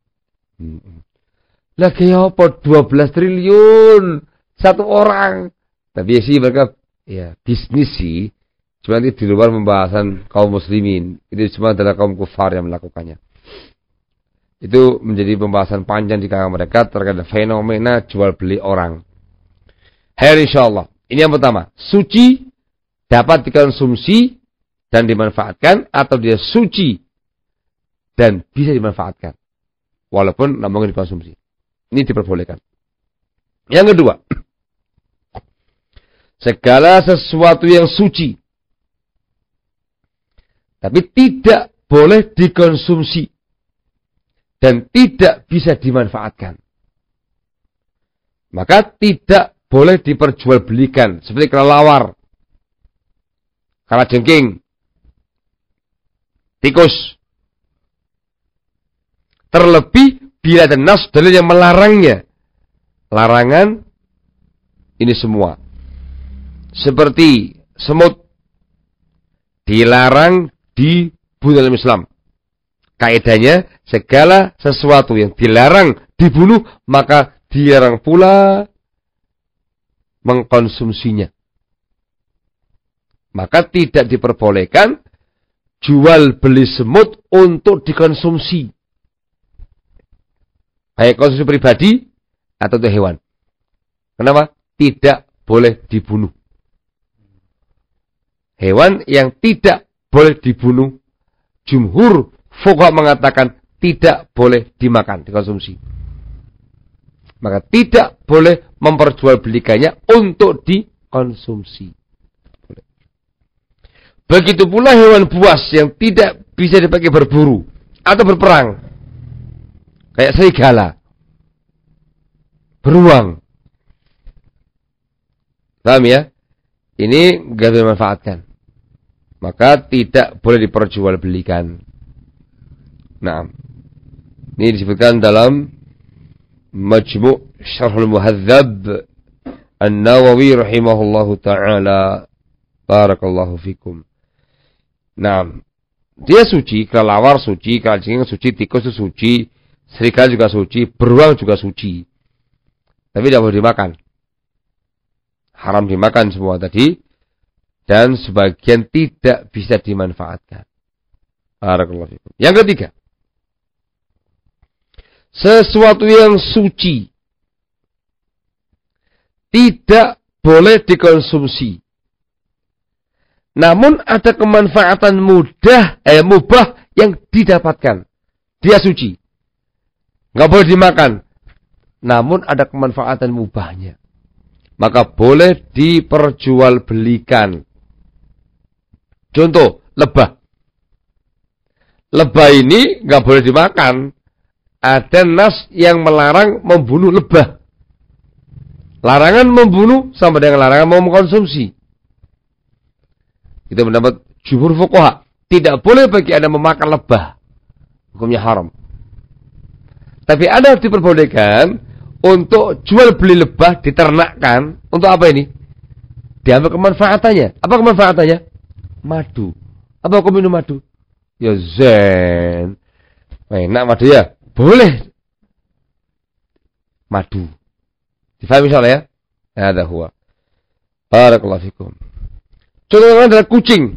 Lagi apa 12 triliun satu orang. Tapi sih mereka ya bisnis sih. Cuma itu di luar pembahasan kaum muslimin. Itu cuma adalah kaum kufar yang melakukannya. Itu menjadi pembahasan panjang di kalangan mereka terkait fenomena jual beli orang. Hai insyaallah. Ini yang pertama, suci dapat dikonsumsi dan dimanfaatkan atau dia suci dan bisa dimanfaatkan walaupun tidak mungkin dikonsumsi. Ini diperbolehkan. Yang kedua, segala sesuatu yang suci tapi tidak boleh dikonsumsi dan tidak bisa dimanfaatkan, maka tidak boleh diperjualbelikan seperti kelelawar, kalajengking, tikus. Terlebih bila ada nas dalil yang melarangnya. Larangan ini semua. Seperti semut dilarang dibunuh dalam Islam. Kaidahnya segala sesuatu yang dilarang dibunuh maka dilarang pula mengkonsumsinya. Maka tidak diperbolehkan jual beli semut untuk dikonsumsi. Baik konsumsi pribadi atau untuk hewan. Kenapa? Tidak boleh dibunuh. Hewan yang tidak boleh dibunuh, jumhur fuqaha mengatakan tidak boleh dimakan, dikonsumsi. Maka tidak boleh memperjualbelikannya untuk dikonsumsi. Begitu pula hewan buas yang tidak bisa dipakai berburu atau berperang. Kayak serigala, beruang. Paham ya? Ini enggak dimanfaatkan. Maka tidak boleh diperjualbelikan. Nah, ini disebutkan dalam Majmu' Syarhul Muhadzab An-Nawawi rahimahullahu ta'ala. Barakallahu fikum. Nah, dia suci, kelelawar suci, kalajengking suci, tikus itu suci, serigala juga suci, beruang juga suci. Tapi tidak boleh dimakan. Haram dimakan semua tadi. Dan sebagian tidak bisa dimanfaatkan. Barakallahu fikum. Yang ketiga. Sesuatu yang suci. Tidak boleh dikonsumsi. Namun ada kemanfaatan mubah yang didapatkan. Dia suci. Nggak boleh dimakan. Namun ada kemanfaatan mubahnya. Maka boleh diperjualbelikan. Contoh, lebah. Lebah ini nggak boleh dimakan. Ada nas yang melarang membunuh lebah. Larangan membunuh sama dengan larangan mau mengkonsumsi. Kita mendapat jumhur fuqaha. Tidak boleh bagi Anda memakan lebah. Hukumnya haram. Tapi Anda diperbolehkan untuk jual beli lebah, diternakkan. Untuk apa ini? Diambil kemanfaatannya. Apa kemanfaatannya? Madu. Apa aku minum madu? Ya zen. Enak madu ya? Boleh. Madu. Difahami soalnya ya? Ada huwa. Barakallahu fikum. Contohnya adalah kucing.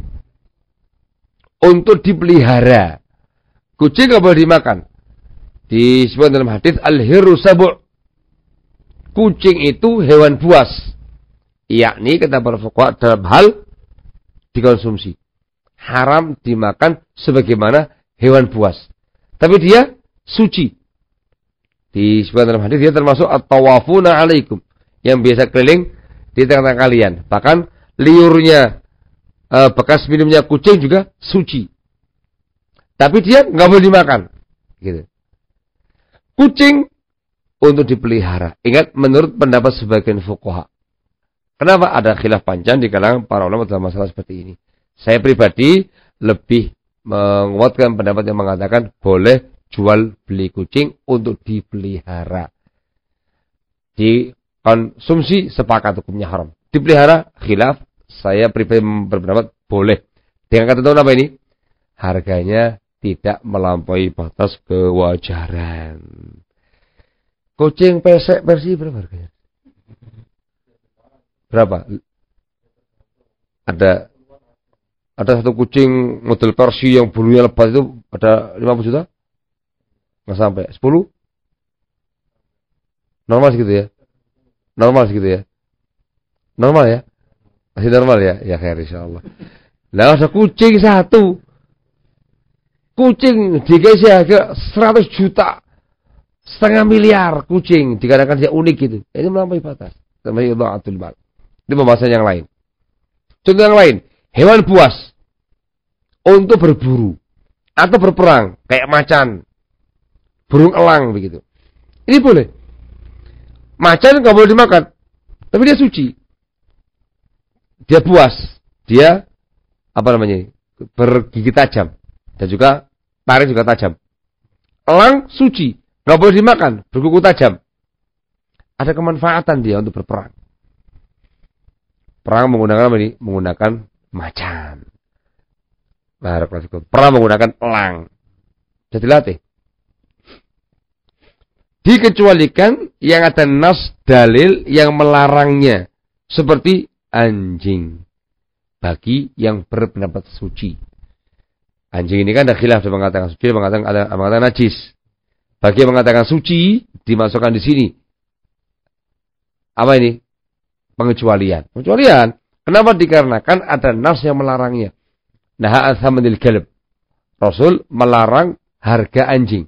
Untuk dipelihara. Kucing nggak boleh dimakan. Disebut dalam hadis al-hirru sabu'. Kucing itu hewan buas. Yakni kata para fuqaha dalam hal dikonsumsi. Haram dimakan sebagaimana hewan buas. Tapi dia suci. Disebut dalam hadis dia termasuk at-tawafuna alaikum. Yang biasa keliling di tengah-tengah kalian. Bahkan liurnya, bekas minumnya kucing juga suci. Tapi dia nggak boleh dimakan. Gitu. Kucing untuk dipelihara. Ingat, menurut pendapat sebagian fuqaha. Kenapa ada khilaf panjang di kalangan para ulama dalam masalah seperti ini? Saya pribadi lebih menguatkan pendapat yang mengatakan boleh jual beli kucing untuk dipelihara. Dikonsumsi sepakat hukumnya haram. Dipelihara khilaf, saya pribadi berpendapat boleh. Dengan kata tahun apa ini? Harganya tidak melampaui batas kewajaran. Kucing pesek versi berapa harganya? Berapa? Ada satu kucing model Persi yang bulunya lebat itu ada 50 juta? Nggak sampai. 10? Normal segitu ya? Normal segitu ya? Normal ya? Masih normal ya? Ya khair insyaallah. Nah ada kucing satu. Kucing dikasih harga 100 juta. Setengah miliar kucing. Dikarenakan dia unik gitu. Ini melampaui batas. Namanya idha'atul mal. Ini pembahasan yang lain. Contoh yang lain. Hewan buas. Untuk berburu. Atau berperang. Kayak macan. Burung elang begitu. Ini boleh. Macan nggak boleh dimakan. Tapi dia suci. Dia buas. Dia apa namanya? Bergigi tajam. Dan juga taring juga tajam. Elang suci. Nggak boleh dimakan. Berkuku tajam. Ada kemanfaatan dia untuk berperang. Perang menggunakan apa ini? Menggunakan macan. Perang menggunakan elang. Jadi latih. Dikecualikan yang ada nas dalil yang melarangnya. Seperti anjing. Bagi yang berpendapat suci. Anjing ini kan ada khilaf. Dia mengatakan suci, ada mengatakan najis. Bagi yang mengatakan suci, dimasukkan di sini. Apa ini? Pengecualian. Pengecualian. Kenapa? Dikarenakan ada nas yang melarangnya. Naha al-thamanil kalb. Rasul melarang harga anjing.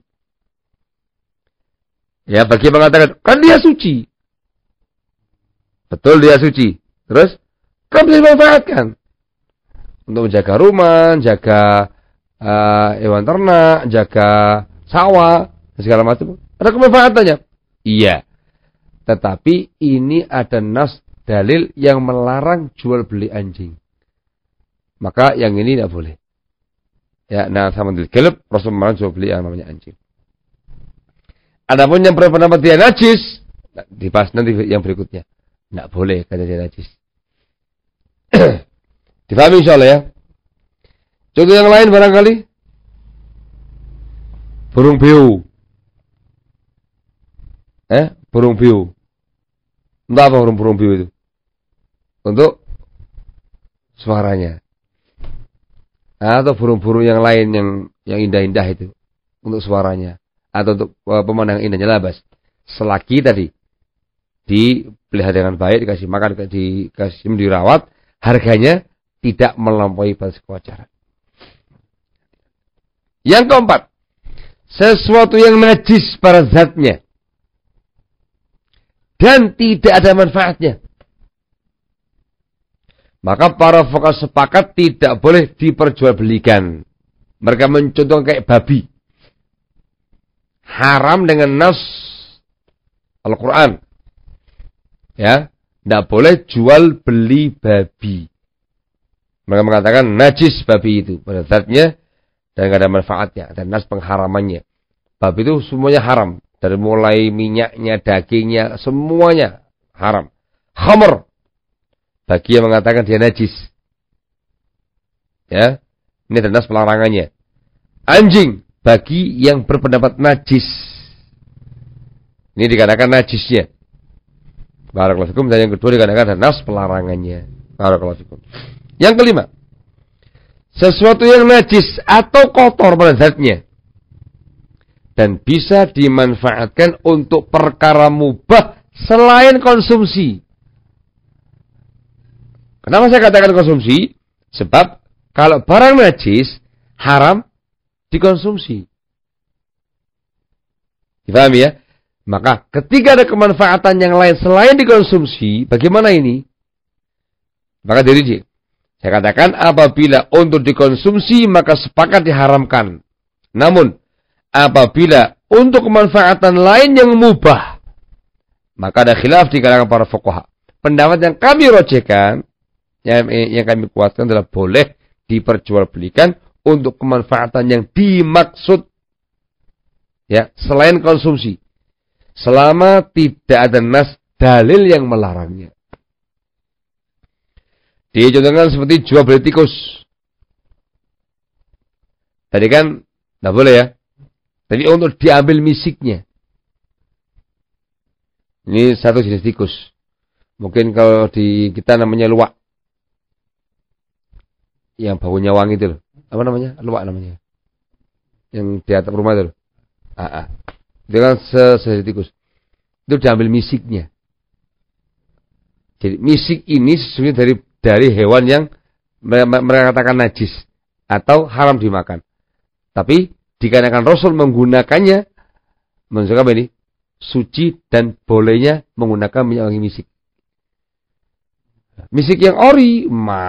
Ya, bagi yang mengatakan, kan dia suci. Betul dia suci. Terus, kan bisa dimanfaatkan. Untuk menjaga rumah, jaga hewan ternak, jaga sawah, segala macam. Ada kemanfaatannya. Iya. Tetapi ini ada nas dalil yang melarang jual beli anjing. Maka yang ini tidak boleh. Ya, nah sama dalil kelab, Rasul melarang jual beli yang namanya anjing. Adapun yang berpendapat dia najis, dibahas nanti yang berikutnya. Tidak boleh kata dia najis. Difahami insyaallah ya. Contoh yang lain barangkali burung beo. Burung beo. Entah apa burung beo itu? Untuk suaranya. Atau burung-burung yang lain yang indah-indah itu untuk suaranya atau untuk pemandangan indahnya labas. Selagi tadi dipelihara dengan baik, dikasih makan, dikasih dirawat, harganya tidak melampaui batas kewajaran. Yang keempat, sesuatu yang najis pada zatnya dan tidak ada manfaatnya, maka para fuqaha sepakat tidak boleh diperjualbelikan. Mereka mencontohkan kayak babi. Haram dengan nas Al-Quran. Ya, tidak boleh jual beli babi. Mereka mengatakan najis babi itu pada zatnya dan tidak ada manfaatnya. Dan nas pengharamannya. Babi itu semuanya haram. Dari mulai minyaknya, dagingnya, semuanya haram. Khamr. Bagi yang mengatakan dia najis. Ya, ini adalah nas pelarangannya. Anjing bagi yang berpendapat najis. Ini dikatakan najisnya. Barakallahu fikum. Dan yang kedua dikatakan ada nas pelarangannya. Barakallahu fikum. Yang kelima, sesuatu yang najis atau kotor pada zatnya dan bisa dimanfaatkan untuk perkara mubah selain konsumsi. Kenapa saya katakan konsumsi? Sebab kalau barang najis haram dikonsumsi. Dipahami ya? Maka ketika ada kemanfaatan yang lain selain dikonsumsi, bagaimana ini? Maka dirinci. Saya katakan apabila untuk dikonsumsi maka sepakat diharamkan. Namun apabila untuk kemanfaatan lain yang mubah, maka ada khilaf di kalangan para fuqaha. Pendapat yang kami rojehkan, yang kami kuatkan adalah boleh diperjualbelikan untuk kemanfaatan yang dimaksud, ya, selain konsumsi, selama tidak ada nas dalil yang melarangnya. Dicontohkan seperti jual beli tikus. Tadi kan tidak boleh ya. Tapi untuk diambil misiknya. Ini satu jenis tikus. Mungkin kalau di kita namanya luwak. Yang baunya wangi itu loh. Apa namanya? Luwak namanya. Yang di atap rumah itu loh. Itu kan sejenis tikus. Itu diambil misiknya. Jadi misik ini sesungguhnya dari hewan yang mereka katakan najis atau haram dimakan. Tapi dikarenakan Rasul menggunakannya, menunjukkan apa ini? Suci dan bolehnya menggunakan minyak wangi misik. Misik yang ori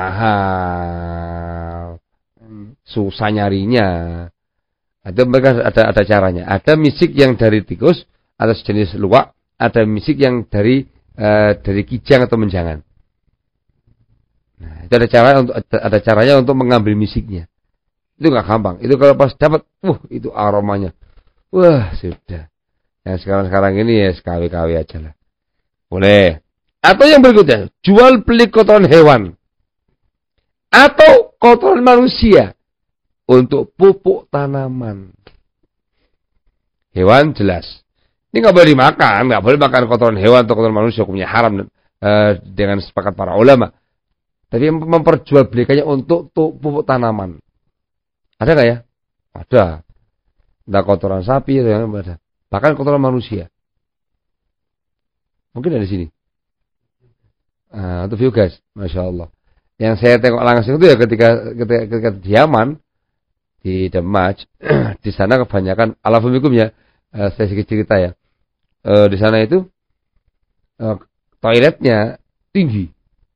mahal, susah nyarinya. Ada mereka ada caranya. Ada misik yang dari tikus atau sejenis luwak, ada misik yang dari kijang atau menjangan. Nah, itu ada caranya untuk mengambil misiknya. Itu nggak gampang. Itu kalau pas dapat, itu aromanya. Wah, sudah. Yang sekarang ini ya sekali-kali aja lah. Boleh. Atau yang berikutnya, jual beli kotoran hewan atau kotoran manusia untuk pupuk tanaman. Hewan jelas. Ini nggak boleh dimakan, nggak boleh makan kotoran hewan atau kotoran manusia, hukumnya haram dengan sepakat para ulama. Tapi memperjualbelikannya untuk pupuk tanaman. Ada nggak ya? Ada. Entah kotoran sapi atau yang ada. Bahkan kotoran manusia. Mungkin ada di sini. Untuk biogas, masya Allah. Yang saya tengok langsung itu ya ketika di Yaman, di Damaj, di sana kebanyakan alafumikum ya. Saya sedikit cerita ya. Di sana itu toiletnya tinggi,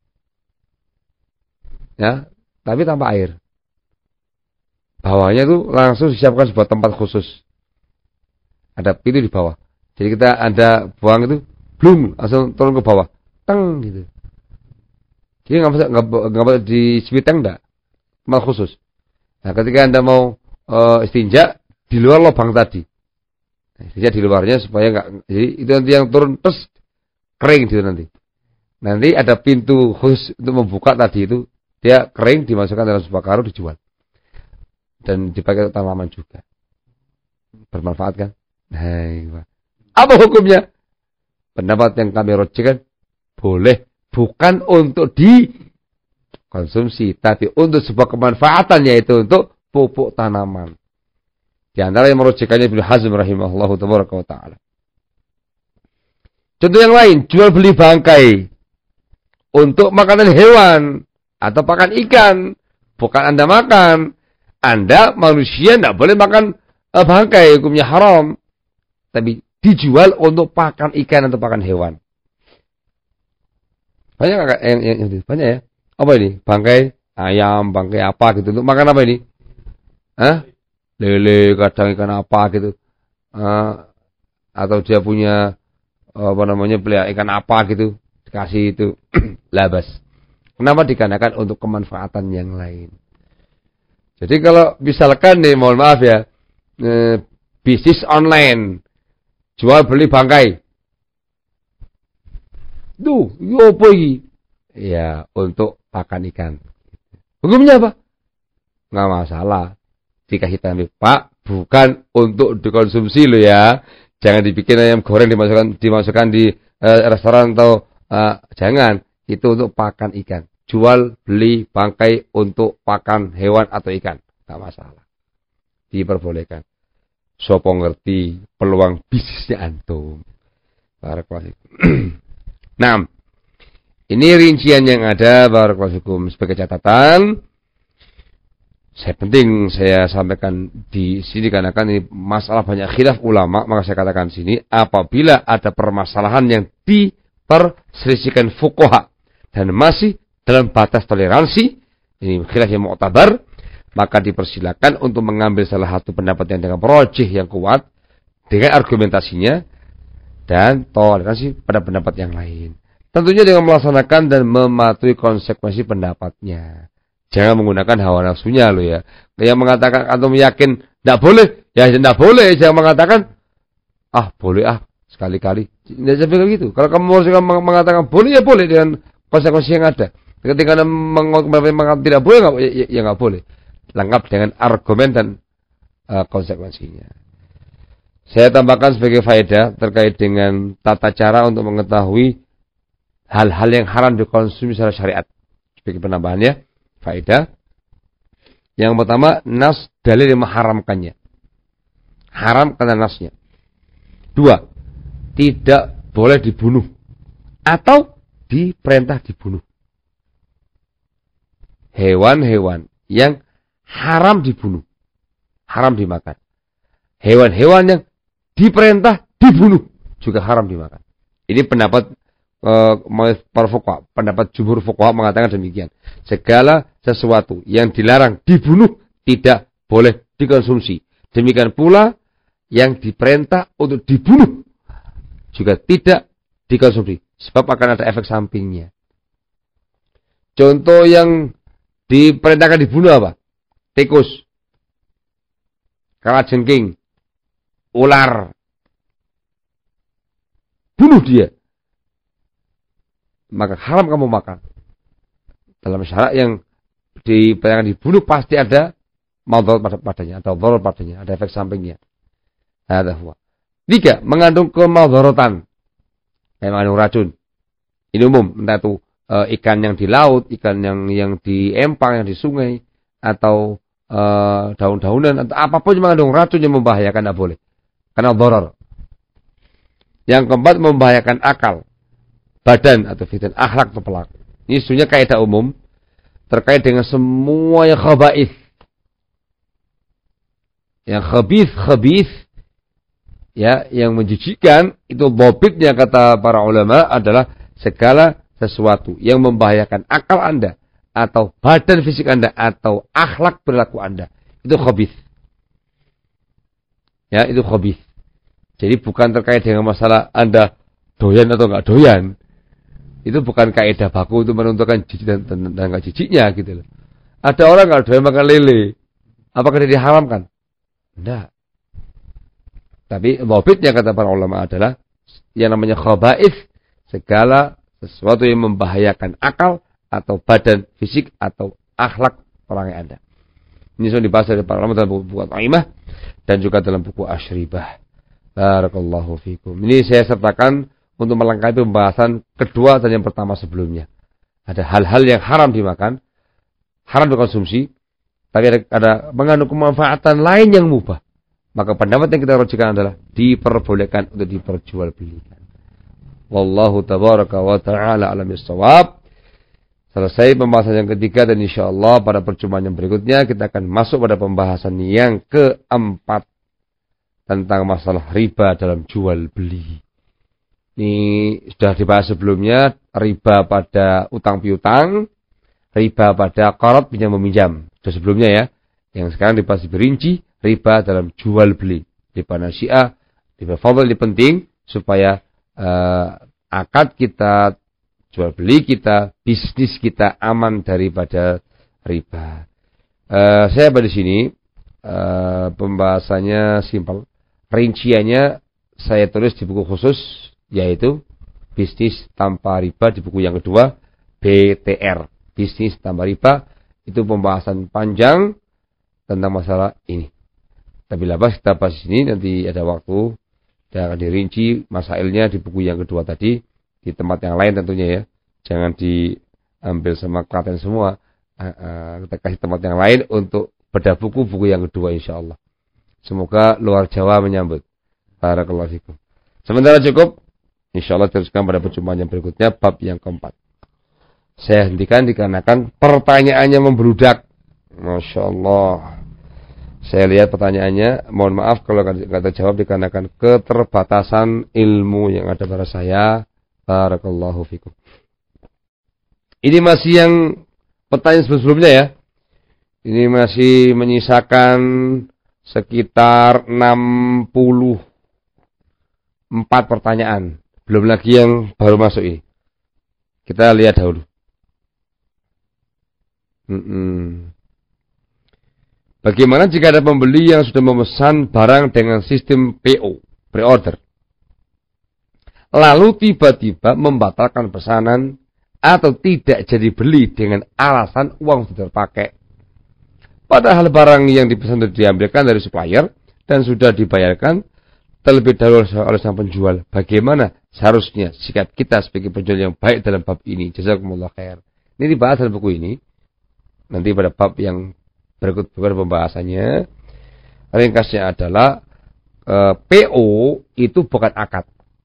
ya, tapi tanpa air. Bawahnya tuh langsung disiapkan sebuah tempat khusus. Ada pintu di bawah. Jadi kita ada buang itu, blum, langsung turun ke bawah, teng gitu. Jadi nggak di sepiteng enggak, tempat khusus. Nah, ketika Anda mau istinja di luar lubang tadi, istinja di luarnya supaya nggak, jadi itu nanti yang turun terus kering gitu nanti. Nanti ada pintu khusus untuk membuka tadi itu, dia kering dimasukkan dalam sebuah karung dijual. dan dipakai untuk tanaman juga. Bermanfaat kan? Nah, apa hukumnya? Pendapat yang kami rojihkan boleh, bukan untuk dikonsumsi, tapi untuk sebuah kemanfaatan, yaitu untuk pupuk tanaman. Di antara yang merujukkannya Ibnu Hazm rahimahullahu taala. Contoh yang lain, jual beli bangkai untuk makanan hewan atau pakan ikan. Bukan Anda makan. Anda manusia tidak boleh makan bangkai, hukumnya haram. Tapi dijual untuk pakan ikan atau pakan hewan. Banyak yang banyak ya. Apa ini? Bangkai ayam, bangkai apa gitu. Untuk makan apa ini? Hah? Lele, kadang ikan apa gitu. Atau dia punya pelihara ikan apa gitu. Dikasih itu labas. Kenapa? Dikarenakan untuk kemanfaatan yang lain. Jadi kalau misalkan nih, mohon maaf ya, bisnis online, jual beli bangkai. Duh, yo boy. Ya, untuk pakan ikan. Hukumnya apa? Nggak masalah. Jika hitam, Pak, bukan untuk dikonsumsi loh ya. Jangan dibikin ayam goreng dimasukkan di restoran atau jangan. Itu untuk pakan ikan. Jual beli bangkai untuk pakan hewan atau ikan. Nggak masalah. Diperbolehkan. Sopo ngerti peluang bisnisnya antum. Barakallahu fikum. Nah, ini rincian yang ada barakallahu fikum sebagai catatan. Saya sampaikan di sini karena kan ini masalah banyak khilaf ulama, maka saya katakan di sini apabila ada permasalahan yang diperselisihkan fuqaha dan masih dalam batas toleransi, ini khilaf yang mu'tabar, maka dipersilakan untuk mengambil salah satu pendapat yang dengan rajih yang kuat dengan argumentasinya dan toleransi pada pendapat yang lain. Tentunya dengan melaksanakan dan mematuhi konsekuensi pendapatnya. Jangan menggunakan hawa nafsunya loh ya. Yang mengatakan atau yakin tidak boleh, ya tidak boleh. Jangan mengatakan boleh sekali-kali. Tidak sampai begitu. Kalau kamu mengatakan boleh, ya boleh dengan konsekuensi yang ada. Ketika Anda mengatakan tidak boleh, ya nggak boleh. Lengkap dengan argumen dan konsekuensinya. Saya tambahkan sebagai faedah terkait dengan tata cara untuk mengetahui hal-hal yang haram dikonsumsi secara syariat. Sebagai penambahannya, faedah. Yang pertama, nas dalil yang mengharamkannya. Haram karena nasnya. 2, tidak boleh dibunuh atau diperintah dibunuh. Hewan-hewan yang haram dibunuh, haram dimakan. Hewan-hewan yang diperintah dibunuh juga haram dimakan. Ini pendapat para fuqaha, pendapat jumhur fuqaha mengatakan demikian. Segala sesuatu yang dilarang dibunuh tidak boleh dikonsumsi. Demikian pula yang diperintah untuk dibunuh juga tidak dikonsumsi, sebab akan ada efek sampingnya. Contoh yang diperintahkan dibunuh apa? Tikus, kalajengking, ular. Bunuh dia. Maka haram kamu makan. Dalam syarat yang diperintahkan dibunuh pasti ada madarat padanya atau dharar padanya, ada efek sampingnya. Hadza huwa. 3, mengandung kemadaratan. Mengandung racun. Ini umum, entah itu ikan yang di laut, ikan yang di empang, yang di sungai, atau daun-daunan, atau apapun yang mengandung racun yang membahayakan, tidak boleh. Karena dharar. Yang keempat, membahayakan akal, badan, atau fitan, akhlak atau pelaku. Ini sebenarnya kaidah umum terkait dengan semua yang khaba'ith. Yang khabith, ya, yang menjijikkan, itu dhabitnya kata para ulama adalah segala sesuatu yang membahayakan akal Anda atau badan fisik Anda atau akhlak perilaku Anda. Itu khabith. Ya, itu khabith. Jadi bukan terkait dengan masalah Anda doyan atau enggak doyan. Itu bukan kaidah baku untuk menentukan jijik dan enggak jijiknya gitu loh. Ada orang enggak doyan makan lele. Apakah dia diharamkan? Enggak. Tapi dhabitnya kata para ulama adalah yang namanya khaba'ith, segala sesuatu yang membahayakan akal atau badan fisik atau akhlak perangai Anda. Ini sudah dibahas dari para ulama dalam buku At-Ta'imah dan juga dalam buku Asyribah. Barakallahu fikum. Ini saya sertakan untuk melengkapi pembahasan kedua dan yang pertama sebelumnya. Ada hal-hal yang haram dimakan, haram dikonsumsi, tapi ada mengandung kemanfaatan lain yang mubah. Maka pendapat yang kita rujukan adalah diperbolehkan untuk diperjualbelikan. Wallahu tabaraka wa ta'ala alam bis-shawab. Selesai pembahasan yang ketiga dan insyaallah pada perjumpaan yang berikutnya kita akan masuk pada pembahasan yang keempat tentang masalah riba dalam jual beli. Ini sudah dibahas sebelumnya, riba pada utang piutang, riba pada qarad pinjam meminjam. Sudah sebelumnya ya. Yang sekarang dibahas lebih rinci, riba dalam jual beli. Riba nasi'ah, riba fadl ini penting supaya akad kita, jual beli kita, bisnis kita aman daripada riba. Saya pada sini pembahasannya simpel. Rinciannya saya tulis di buku khusus, yaitu bisnis tanpa riba di buku yang kedua, BTR, bisnis tanpa riba. Itu pembahasan panjang tentang masalah ini. Tapi lepas kita bahas ini nanti ada waktu dan akan dirinci masailnya di buku yang kedua tadi, di tempat yang lain tentunya ya. Jangan diambil sama klaten semua. Kita kasih tempat yang lain untuk bedah buku yang kedua insyaallah. Semoga luar Jawa menyambut. Barakallahu fikum. Sementara cukup. Insyaallah teruskan pada perjumpaan yang berikutnya bab yang keempat. Saya hentikan dikarenakan pertanyaannya membludak. Masya Allah. Saya lihat pertanyaannya. Mohon maaf kalau nggak terjawab dikarenakan keterbatasan ilmu yang ada pada saya. Barakallahu fikum. Ini masih yang pertanyaan sebelumnya ya. Ini masih menyisakan sekitar 64 pertanyaan. Belum lagi yang baru masuk ini. Kita lihat dahulu. Bagaimana jika ada pembeli yang sudah memesan barang dengan sistem PO, pre-order, lalu tiba-tiba membatalkan pesanan atau tidak jadi beli dengan alasan uang sudah terpakai? Padahal barang yang dipesan sudah diambilkan dari supplier dan sudah dibayarkan terlebih dahulu oleh sang penjual. Bagaimana seharusnya sikap kita sebagai penjual yang baik dalam bab ini? Jazakumullah khair. Ini dibahas dalam buku ini. Nanti pada bab yang berikut pembahasannya. Ringkasnya adalah PO itu bukan akad.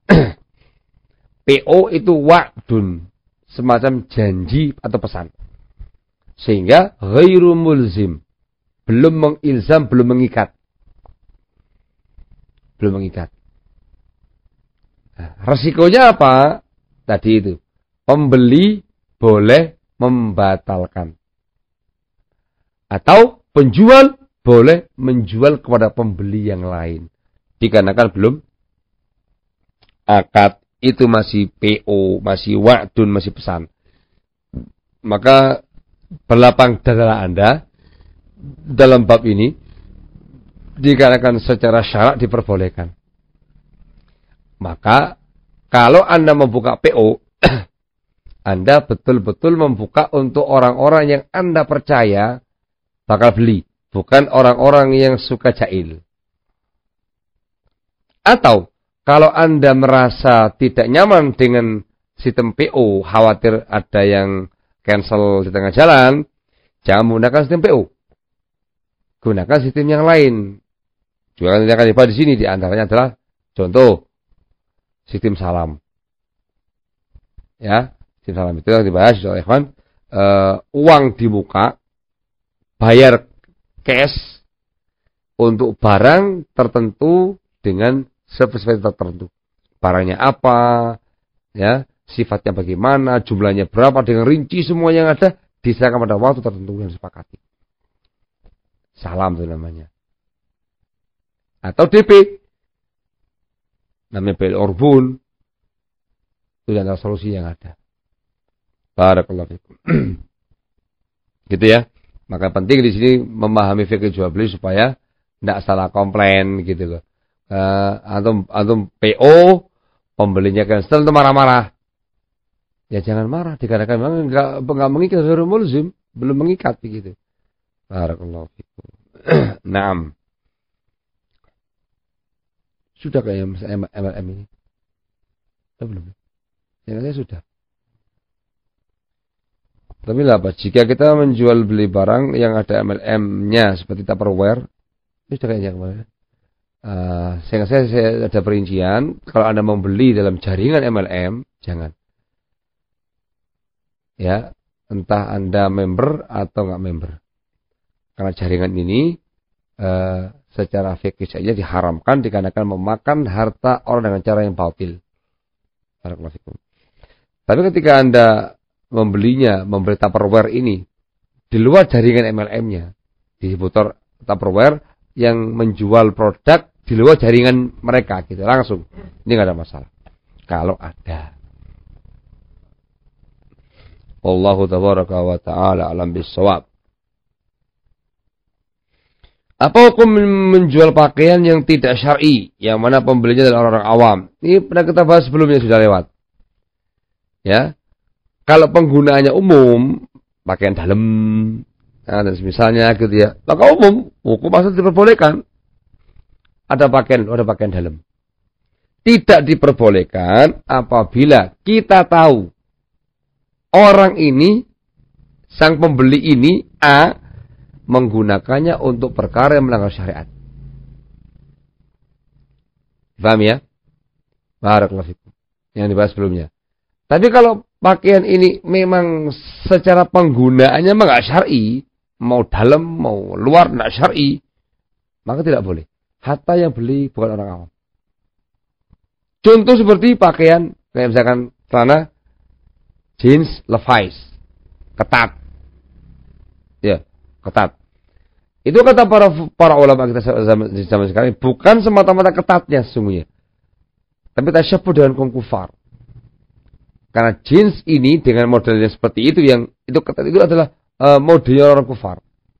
PO itu wa'dun, semacam janji atau pesan. Sehingga ghairu mulzim, belum mengilzam, belum mengikat. Belum mengikat. Nah, resikonya apa? Tadi itu. Pembeli boleh membatalkan. Atau penjual boleh menjual kepada pembeli yang lain. Dikarenakan belum akad, itu masih PO, masih wa'dun, masih pesan. Maka berlapang dada Anda dalam bab ini dikarenakan secara syarak diperbolehkan. Maka kalau Anda membuka PO, Anda betul-betul membuka untuk orang-orang yang Anda percaya bakal beli, bukan orang-orang yang suka jahil. Atau kalau Anda merasa tidak nyaman dengan sistem PO, khawatir ada yang cancel di tengah jalan, jangan menggunakan sistem PO. Gunakan sistem yang lain. Juga yang akan dibahas di sini di antaranya adalah contoh sistem salam. Ya, sistem salam itu yang dibahas oleh ikhwan. Uang di muka, bayar cash untuk barang tertentu dengan spesifikasi tertentu. Barangnya apa, ya, sifatnya bagaimana, jumlahnya berapa, dengan rinci semua yang ada diserahkan pada waktu tertentu yang disepakati. Salam itu namanya. Atau DP, namanya bil urbun, itu adalah solusi yang ada. Barakallahu fikum. Gitu ya. Maka penting di sini memahami fikih jual beli supaya tidak salah komplain gitu loh. Antum PO, pembelinya cancel itu marah-marah. Ya jangan marah, dikarenakan memang enggak mengikat dari mulzim, belum mengikat begitu. Barakallahu fikum. Naam. Sudah kayaknya Mas MLM ini? Belum. Saya sudah. Tapi lah apa? Jika kita menjual beli barang yang ada MLM-nya seperti Tupperware, itu sudah kayaknya kemarin. Saya ada perincian. Kalau Anda mau beli dalam jaringan MLM, jangan. Ya, entah Anda member atau nggak member. Karena jaringan ini secara fikih saja diharamkan dikarenakan memakan harta orang dengan cara yang batil. Tapi ketika Anda membeli Tupperware ini di luar jaringan MLM-nya, distributor Tupperware yang menjual produk di luar jaringan mereka gitu langsung, ini nggak ada masalah. Kalau ada, Wallahu tabaraka wa ta'ala alam bissawab. Apa hukum menjual pakaian yang tidak syar'i, yang mana pembelinya adalah orang-orang awam? Ini pernah kita bahas sebelumnya, sudah lewat. Ya, kalau penggunaannya umum, pakaian dalam, nah, dan misalnya gitu ya, maka umum, hukum asal diperbolehkan. Ada pakaian dalam. Tidak diperbolehkan apabila kita tahu orang ini, sang pembeli ini, A, menggunakannya untuk perkara yang melanggar syariat. Paham ya? Barakallahu fikum. Yang dibahas sebelumnya. Tapi kalau pakaian ini memang secara penggunaannya memang nggak syar'i, mau dalam, mau luar nggak syar'i, maka tidak boleh. Hatta yang beli bukan orang awam. Contoh seperti pakaian, kayak misalkan celana jeans Levi's, ketat, ya ketat. Itu kata para ulama kita zaman sekarang, bukan semata-mata ketatnya sesungguhnya, tapi tasyabbuh dengan kaum kufar. Karena jeans ini dengan modelnya seperti itu, yang itu ketat itu adalah modelnya orang kufar.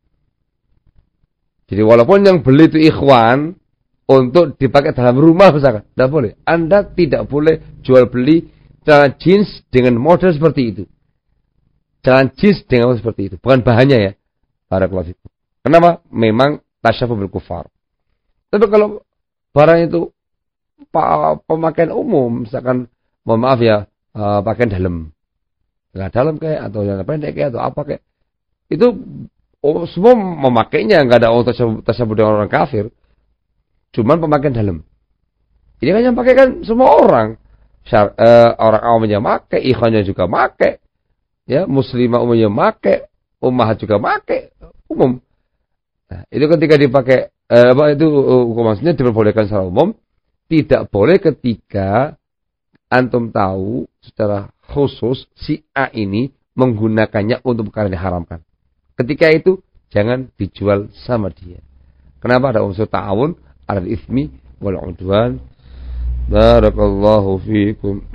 Jadi walaupun yang beli itu ikhwan untuk dipakai dalam rumah misalkan, tidak boleh. Anda tidak boleh jual beli celana jeans dengan model seperti itu. Celana jeans dengan model seperti itu, bukan bahannya ya. Barakallahu fikum. Kenapa? Memang tasyabbuh bil kufar. Tapi kalau barang itu pemakaian umum, misalkan mohon maaf ya, pakaian dalam. Enggak dalam kayak atau yang pendek kayak atau apa kayak. Itu semua memakainya, enggak ada tasyabbuh dengan orang kafir. Cuman pemakaian dalam. Ini kan yang pakai kan semua orang. Orang awamnya pakai, ikhwannya juga pakai. Ya, muslimah umumnya pakai, ummahat juga pakai, umum. Nah, itu ketika dipakai itu maksudnya diperbolehkan secara umum, tidak boleh ketika antum tahu secara khusus si A ini menggunakannya untuk perkara yang diharamkan. Ketika itu jangan dijual sama dia. Kenapa? Ada unsur ta'awun alal itsmi wal 'udwan. Barakallahu fiikum.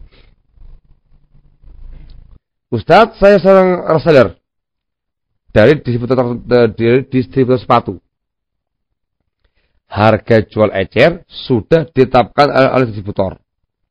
Ustaz, saya seorang reseller dari distributor sepatu. Harga jual ecer sudah ditetapkan oleh distributor.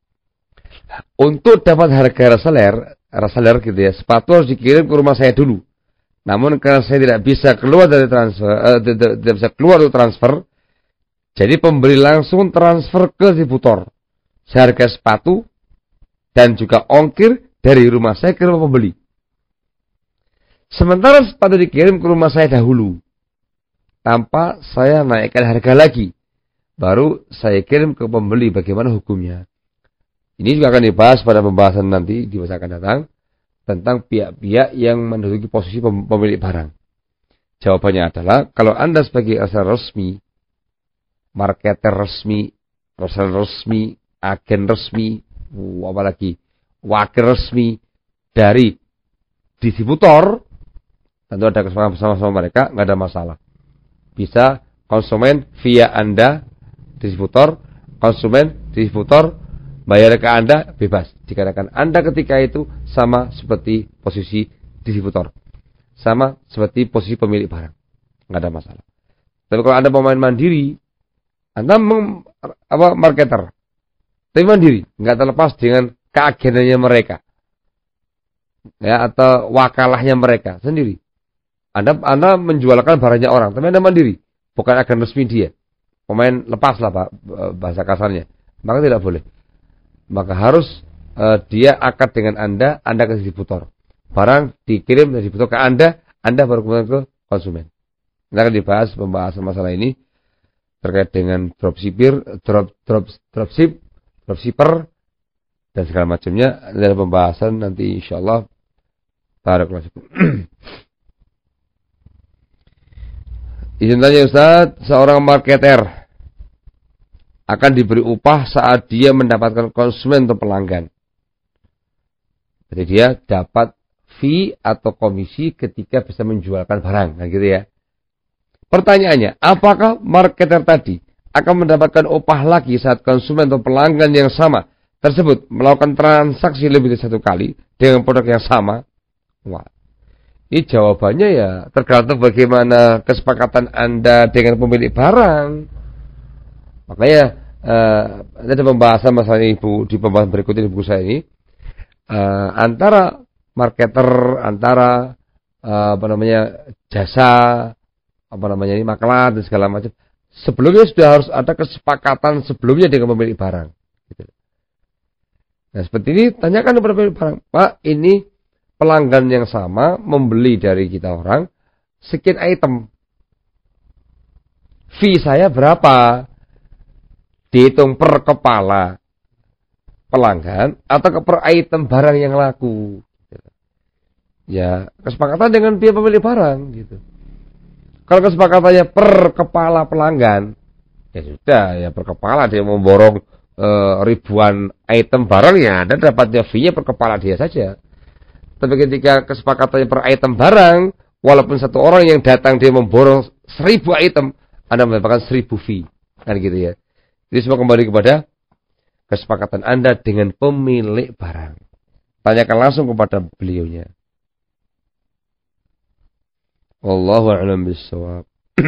Untuk dapat harga reseller gitu ya, sepatu harus dikirim ke rumah saya dulu. Namun karena saya tidak bisa keluar dari tidak bisa keluar dari transfer, jadi pembeli langsung transfer ke distributor. Seharga sepatu dan juga ongkir dari rumah saya ke rumah pembeli. Sementara sepatu dikirim ke rumah saya dahulu, tanpa saya naikkan harga lagi, baru saya kirim ke pembeli. Bagaimana hukumnya? Ini juga akan dibahas pada pembahasan nanti di masa akan datang tentang pihak-pihak yang menduduki posisi pemilik barang. Jawabannya adalah, kalau Anda sebagai reseller resmi, marketer resmi, reseller resmi, agen resmi, apalagi wakil resmi dari distributor, tentu ada kesepakatan bersama-sama mereka, nggak ada masalah. Bisa konsumen via Anda, distributor, konsumen, distributor, bayar ke Anda, bebas. Dikarenakan Anda ketika itu sama seperti posisi distributor. Sama seperti posisi pemilik barang. Nggak ada masalah. Tapi kalau Anda pemain mandiri, Anda marketer, tapi mandiri, nggak terlepas dengan keagenannya mereka. Ya, atau wakalahnya mereka sendiri. Anda menjualkan barangnya orang, tapi Anda mandiri, bukan agen resmi dia. Pemain lepas lah Pak, bahasa kasarnya. Maka tidak boleh. Maka harus dia akad dengan Anda ke distributor. Barang dikirim dari distributor ke Anda baru kemudian ke konsumen. Kita akan dibahas pembahasan masalah ini terkait dengan dropshipper dan segala macamnya dalam pembahasan nanti insyaallah. Barakallahu fikum. Izin tanya Ustaz, seorang marketer akan diberi upah saat dia mendapatkan konsumen atau pelanggan. Jadi dia dapat fee atau komisi ketika bisa menjualkan barang, nah gitu ya. Pertanyaannya, apakah marketer tadi akan mendapatkan upah lagi saat konsumen atau pelanggan yang sama tersebut melakukan transaksi lebih dari satu kali dengan produk yang sama? Wah, ini jawabannya ya tergantung bagaimana kesepakatan Anda dengan pemilik barang. Makanya ada pembahasan masalah Ibu di pembahasan berikutnya di buku saya ini antara marketer, antara jasa ini maklar dan segala macam. Sebelumnya sudah harus ada kesepakatan sebelumnya dengan pemilik barang. Gitu. Nah seperti ini tanyakan kepada pemilik barang, Pak, ini pelanggan yang sama membeli dari kita orang sekian item. Fee saya berapa? Dihitung per kepala pelanggan atau per item barang yang laku. Ya kesepakatan dengan pihak pemilik barang gitu. Kalau kesepakatannya per kepala pelanggan, ya sudah, ya per kepala dia memborong ribuan item barang ya, Anda dapatnya fee-nya per kepala dia saja. Tapi ketika kesepakatannya per item barang, walaupun satu orang yang datang dia memborong 1000 item, Anda mendapatkan 1000 fee, kan gitu ya. Jadi semua kembali kepada kesepakatan Anda dengan pemilik barang. Tanyakan langsung kepada beliaunya. Wallahu a'lam bishawab.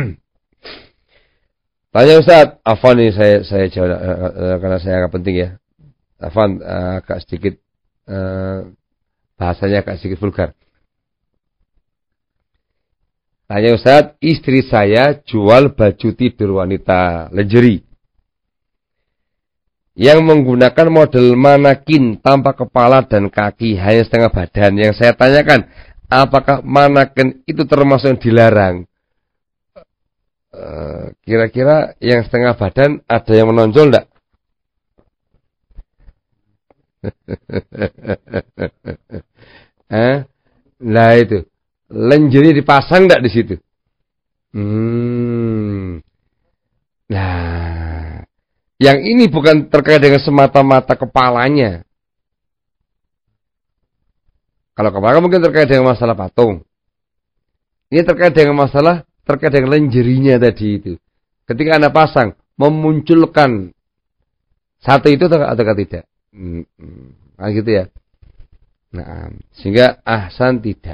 Tanya Ustaz, Afwan ini saya jawab karena saya agak penting ya. Afwan agak sedikit bahasanya agak sedikit vulgar. Tanya Ustaz, istri saya jual baju tidur wanita lingerie yang menggunakan model manekin tanpa kepala dan kaki, hanya setengah badan. Yang saya tanyakan, apakah manekin itu termasuk yang dilarang? Kira-kira yang setengah badan ada yang menonjol enggak? Nah itu, lingerie dipasang enggak di situ? Nah, yang ini bukan terkait dengan semata-mata kepalanya. Kalau kepala mungkin terkait dengan masalah patung. Ini terkait dengan masalah terkait dengan lingerie-nya tadi itu. Ketika Anda pasang, memunculkan satu itu atau tidak? Nah gitu ya. Nah, sehingga ahsan tidak.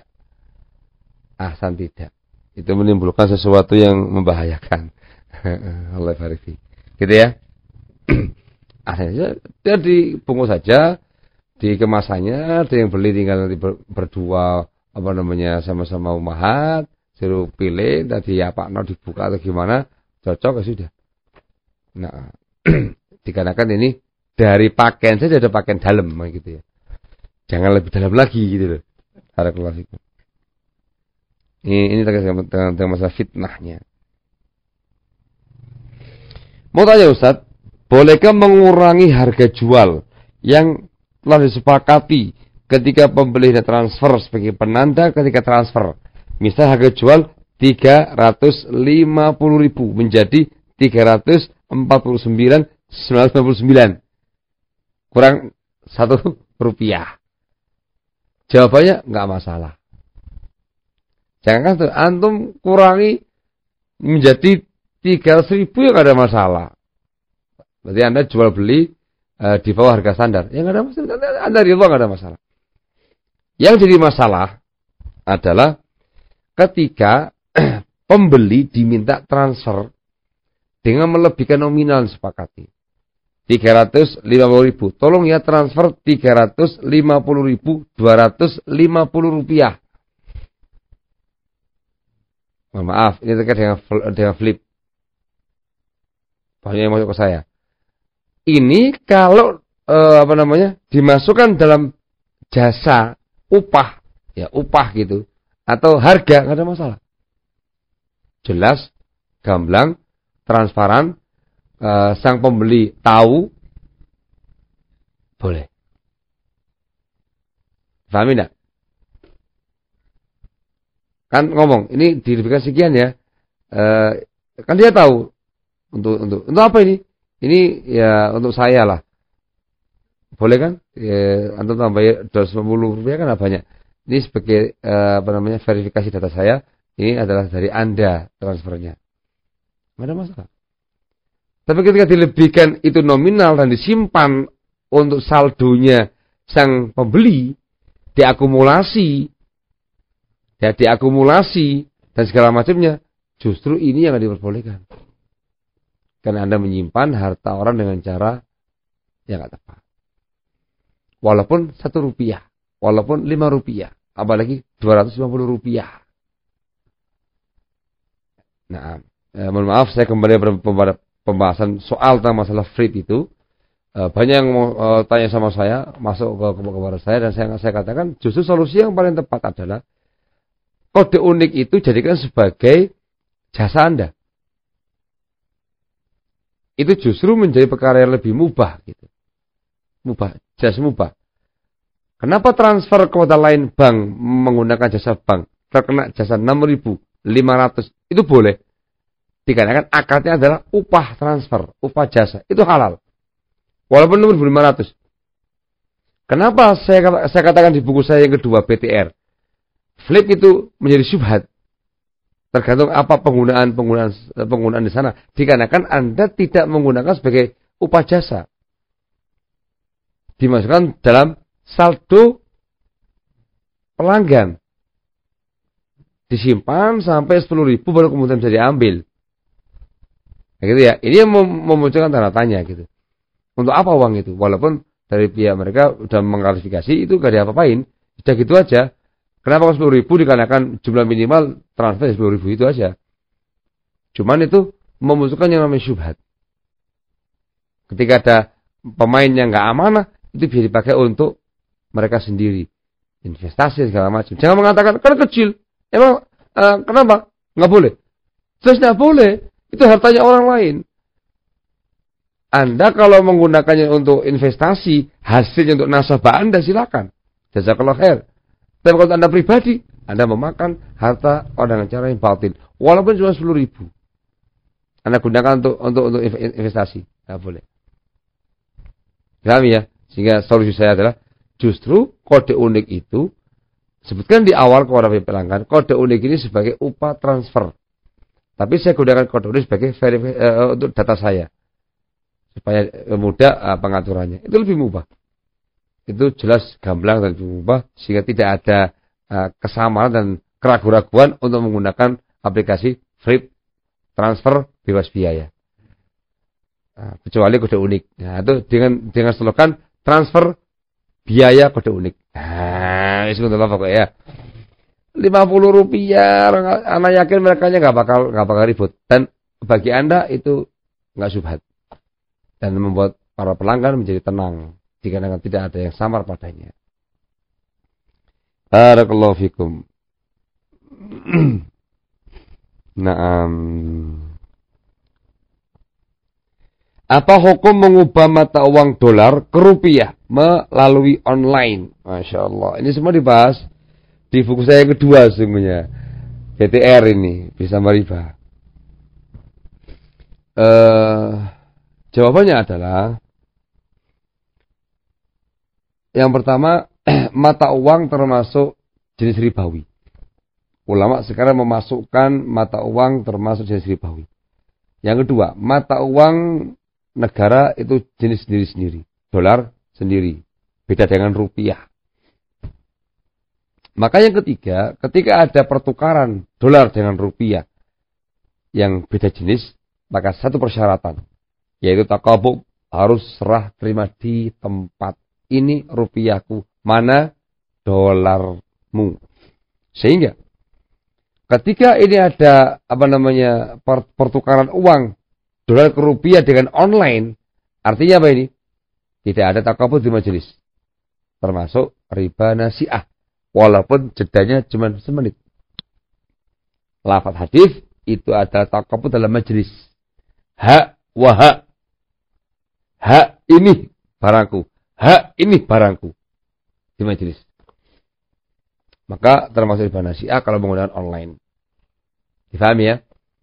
Itu menimbulkan sesuatu yang membahayakan. Allah farifi. Gitu ya. Akhirnya dia dibungkus saja, di kemasannya, ada yang beli tinggal nanti berdua sama-sama umahat, suruh pilih, tadi dibuka atau gimana, cocok ya sudah. Nah, dikarenakan ini dari pakaian saja ada pakaian dalam gitu ya. Jangan lebih dalam lagi gitu loh. Barakallahu fikum. Ini terkait dengan masalah fitnahnya. Mau tanya Ustaz, bolehkah mengurangi harga jual yang telah disepakati ketika pembeli dan transfer sebagai penanda ketika transfer? Misal harga jual 350.000 menjadi 349.999. Kurang 1 rupiah. Jawabannya enggak masalah. Jangan antum kurangi menjadi 300.000 ya enggak ada masalah. Berarti Anda jual beli di bawah harga standar. Ya enggak ada masalah. Anda riba enggak ada masalah. Yang jadi masalah adalah ketika pembeli diminta transfer dengan melebihkan nominal disepakati 350.000. Tolong ya transfer 350.250 rupiah. Mohon maaf, ini terkait dengan flip. Banyak yang masuk ke saya. Ini kalau dimasukkan dalam jasa upah, ya upah gitu, atau harga nggak ada masalah. Jelas, gamblang, transparan, sang pembeli tahu, boleh. Paham enggak? Kan ngomong, ini diberikan sekian ya, kan dia tahu untuk apa ini? Ini ya untuk saya lah. Boleh kan? Antum tambah Rp250 kan banyak. Ini sebagai verifikasi data saya. Ini adalah dari Anda transfernya. Tidak ada masalah. Tapi ketika dilebihkan itu nominal dan disimpan untuk saldonya sang pembeli, diakumulasi dan segala macamnya, justru ini yang diperbolehkan. Karena Anda menyimpan harta orang dengan cara yang tidak tepat. Walaupun Rp1, walaupun Rp5, apalagi Rp250. Nah, mohon maaf saya kembali pada pembahasan soal tentang masalah flip itu. Banyak yang mau tanya sama saya, masuk kepada saya, dan saya katakan justru solusi yang paling tepat adalah kode unik itu jadikan sebagai jasa Anda. Itu justru menjadi perkara yang lebih mubah gitu. Jelas mubah. Kenapa transfer ke kota lain bank menggunakan jasa bank terkena jasa 6.500 itu boleh? Dikarenakan akadnya adalah upah transfer, upah jasa, itu halal. Walaupun 6.500. Kenapa saya katakan di buku saya yang kedua BTR, flip itu menjadi syubhat. Tergantung apa penggunaan di sana. Dikarenakan Anda tidak menggunakan sebagai upah jasa. Dimasukkan dalam saldo pelanggan. Disimpan sampai 10.000 baru kemudian bisa diambil. Nah, gitu ya. Ini yang memunculkan tanda tanya gitu. Untuk apa uang itu? Walaupun dari pihak mereka sudah mengklarifikasi itu gak diapa-apain. Sudah gitu aja. Kenapa 10.000 dikarenakan jumlah minimal transfer 10.000 itu aja. Cuman itu memunculkan yang namanya syubhat. Ketika ada pemain yang nggak amanah, itu bisa dipakai untuk mereka sendiri. Investasi segala macam. Jangan mengatakan, kan kecil. Emang kenapa? Nggak boleh. Terus nggak boleh. Itu hartanya orang lain. Anda kalau menggunakannya untuk investasi, hasilnya untuk nasabah Anda silakan. Jazakallah khair. Tapi kalau Anda pribadi, Anda memakan harta orang dengan cara yang batil. Walaupun cuma 10.000. Anda gunakan untuk investasi. Tidak boleh. Paham ya? Sehingga solusi saya adalah, justru kode unik itu, sebutkan di awal kepada pelanggan, kode unik ini sebagai upah transfer. Tapi saya gunakan kode unik sebagai untuk data saya. Supaya mudah pengaturannya. Itu lebih mudah. Itu jelas gamblang dan berubah sehingga tidak ada kesamaan dan keraguan-raguan untuk menggunakan aplikasi flip transfer bebas biaya. Kecuali kode unik. Nah, itu dengan slogan transfer biaya kode unik. Nah, itu adalah pokoknya. Rp50, anak yakin mereka nggak bakal ribut. Dan bagi Anda itu nggak syubhat dan membuat para pelanggan menjadi tenang. Dikarenakan tidak ada yang samar padanya. Barakallahu fikum. Naam. Apa hukum mengubah mata uang dolar ke rupiah melalui online? Masya Allah. Ini semua dibahas di buku saya yang kedua sesungguhnya. BTR ini bisa meribah. Jawabannya adalah yang pertama, mata uang termasuk jenis ribawi. Ulama sekarang memasukkan mata uang termasuk jenis ribawi. Yang kedua, mata uang negara itu jenis sendiri-sendiri. Dolar sendiri. Beda dengan rupiah. Maka yang ketiga, ketika ada pertukaran dolar dengan rupiah yang beda jenis, maka satu persyaratan, yaitu takabuk, harus serah terima di tempat. Ini rupiahku, mana dolarmu. Sehingga ketika ini ada pertukaran uang dolar ke rupiah dengan online, artinya apa ini? Tidak ada takabur di majelis. Termasuk riba nasi'ah. Walaupun jedanya cuma semenit. Lafaz hadis itu adalah takabur dalam majelis. Hak wa hak. Hak ini barangku. Hak ini barangku. Di majelis. Maka termasuk riba nasi'ah kalau menggunakan online. Difahami ya?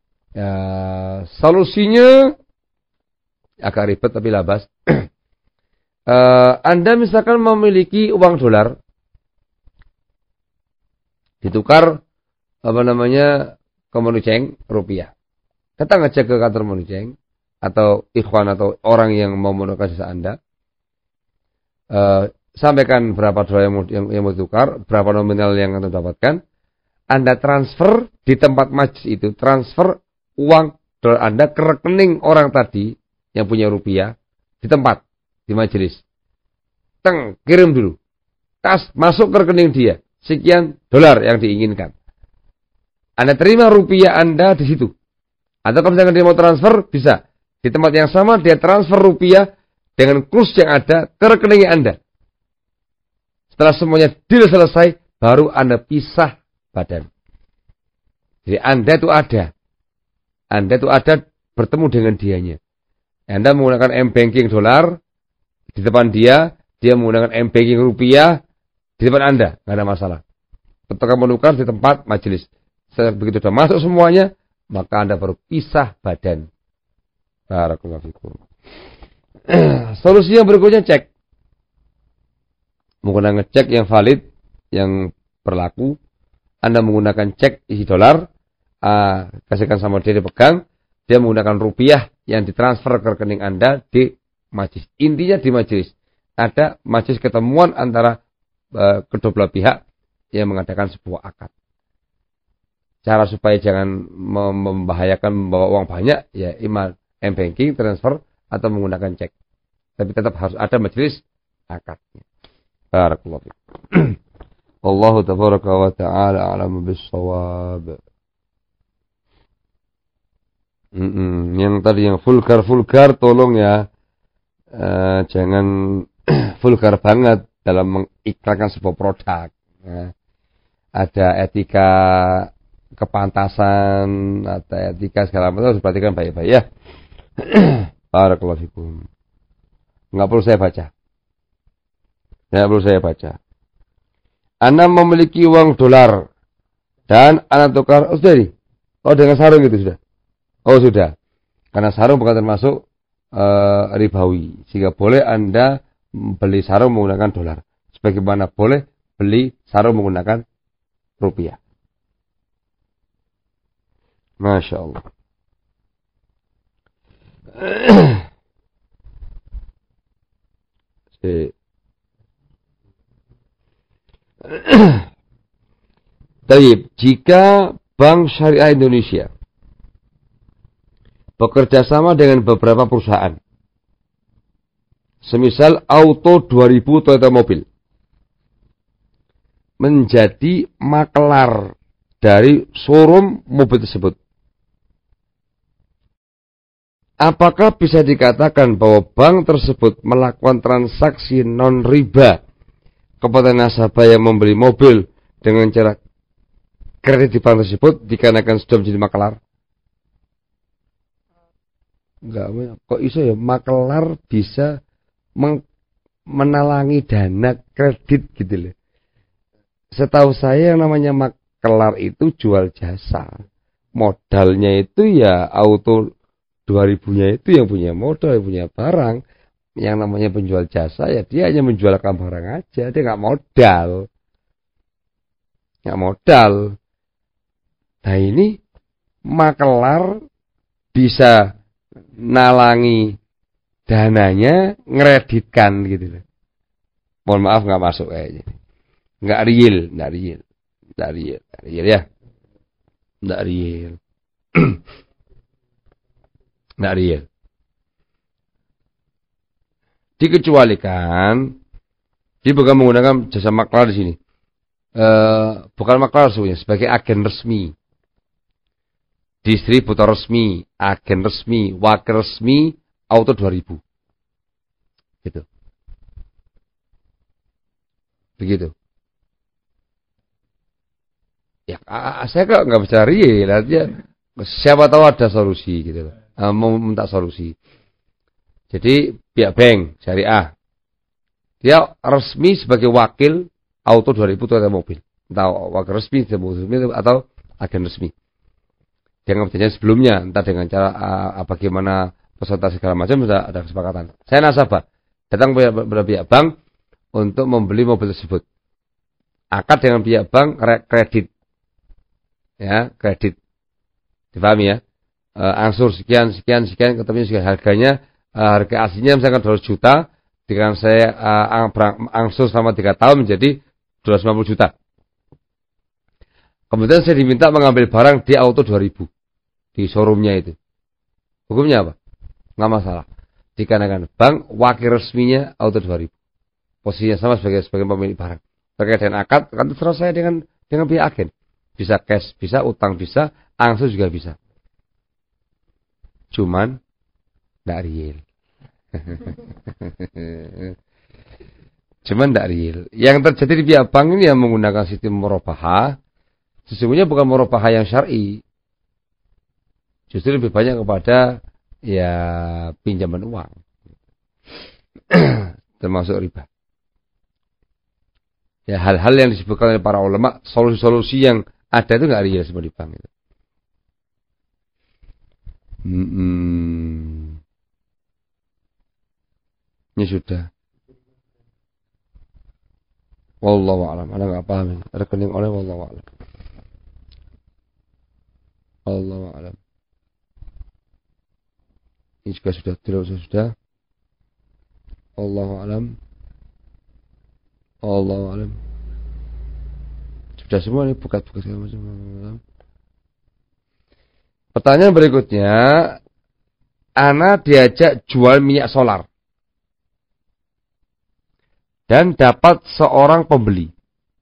Solusinya agak ribet tapi labas. Anda misalkan memiliki uang dolar, ditukar ke Monuceng rupiah. Datang ngecek ke kantor Monuceng atau ikhwan atau orang yang mau menukar jasa Anda. Sampaikan berapa dolar yang mau ditukar, berapa nominal yang Anda dapatkan. Anda transfer di tempat majlis itu, transfer uang dolar Anda ke rekening orang tadi yang punya rupiah di tempat. Di majelis. Kirim dulu. Masuk ke rekening dia. Sekian dolar yang diinginkan. Anda terima rupiah Anda di situ. Atau kalau misalkan dia mau transfer, bisa. Di tempat yang sama, dia transfer rupiah dengan kurs yang ada ke rekening Anda. Setelah semuanya deal selesai, baru Anda pisah badan. Jadi Anda itu ada. Anda itu ada bertemu dengan dianya. Anda menggunakan M-Banking dolar, di depan dia menggunakan M-Banking rupiah di depan Anda, nggak ada masalah. Ketika menukar di tempat majelis, begitu sudah masuk semuanya, maka Anda baru pisah badan. Barakallahu fikum. Solusi yang berikutnya cek, menggunakan cek yang valid, yang berlaku. Anda menggunakan cek isi dolar, kasihkan sama dia dipegang, dia menggunakan rupiah yang ditransfer ke rekening Anda di majlis. Intinya di majlis. Ada majlis ketemuan antara kedua belah pihak yang mengadakan sebuah akad. Cara supaya jangan membahayakan membawa uang banyak, ya imal M-Banking, transfer, atau menggunakan cek. Tapi tetap harus ada majlis akadnya. Barakallahu fiikum. Wallahu tabaraka wa ta'ala a'lamu bis-shawab. Yang tadi yang vulgar tolong ya. Jangan vulgar banget dalam mengiklankan sebuah produk. Ada etika kepantasan, ada etika segala macam, harus perhatikan baik-baik ya. Barakallahu fikum. Enggak perlu saya baca. Enggak perlu saya baca. Anda memiliki uang dolar dan Anda tukar, dengan sarung gitu sudah. Oh sudah. Karena sarung bukan termasuk ribawi, sehingga boleh Anda beli sarung menggunakan dolar, sebagaimana boleh beli sarung menggunakan rupiah. Masya Allah. Taib, jika Bank Syariah Indonesia bekerja sama dengan beberapa perusahaan, semisal Auto 2000 Toyota Mobil, menjadi makelar dari showroom mobil tersebut, apakah bisa dikatakan bahwa bank tersebut melakukan transaksi non-riba kepada nasabah yang membeli mobil dengan cara kredit di bank tersebut dikarenakan sudah menjadi makelar? Enggak, kok iso ya makelar bisa menalangi dana kredit gitu loh. Setahu saya yang namanya makelar itu jual jasa. Modalnya itu ya Auto 2000-nya itu yang punya modal, yang punya barang. Yang namanya penjual jasa ya dia hanya menjualkan barang aja, dia nggak modal. Nggak modal. Nah ini makelar bisa nalangi dananya, ngereditkan gitu loh. Mohon maaf nggak masuk kayaknya. Nggak real ya. Nggak real. Nggak real. Dikecualikan, dia bukan menggunakan jasa maklar di sini. Bukan maklar sebenarnya, sebagai agen resmi. distributor resmi, agen resmi, wakil resmi, auto 2000. Gitu. Begitu. Ya, saya kok nggak bisa real, artinya siapa tahu ada solusi gitu. Mau minta solusi. Jadi pihak bank syariah dia resmi sebagai wakil auto 2000 atau mobil, entah wakil resmi atau agen resmi. Dengan perjanjian sebelumnya, entah dengan cara bagaimana presentasi segala macam sudah ada kesepakatan. Saya nasabah datang pada pihak bank untuk membeli mobil tersebut. Akad dengan pihak bank kredit. Ya, kredit. Dipahami ya? Angsur sekian, ketemu sekian harganya, harga aslinya misalkan 200 juta, dengan saya angsur selama 3 tahun menjadi 250 juta. Kemudian saya diminta mengambil barang di auto 2000 di showroomnya itu. Hukumnya apa? Nggak masalah. Dikarenakan bank wakil resminya auto 2000. Posisinya sama sebagai pemilik barang. Terkait dengan akad, kan terserah saya dengan pihak agen. Bisa cash, bisa utang, bisa angsur juga bisa. Cuman tidak real. Cuman tidak real. Yang terjadi di pihak bank ini yang menggunakan sistem murabahah, sesungguhnya bukan murabahah yang syar'i. Justru lebih banyak kepada ya pinjaman uang. Termasuk riba. Ya hal-hal yang disebutkan oleh para ulama, solusi-solusi yang ada itu nggak real semua di bank itu. Ini sudah. Wallahu a'lam. Ada nggak paham? Rekening oleh wallahu a'lam. Wallahu a'lam. Ini juga sudah. Wallahu a'lam. Wallahu a'lam. Sudah semua ini buka-buka segala macam. Pertanyaan berikutnya, ana diajak jual minyak solar dan dapat seorang pembeli.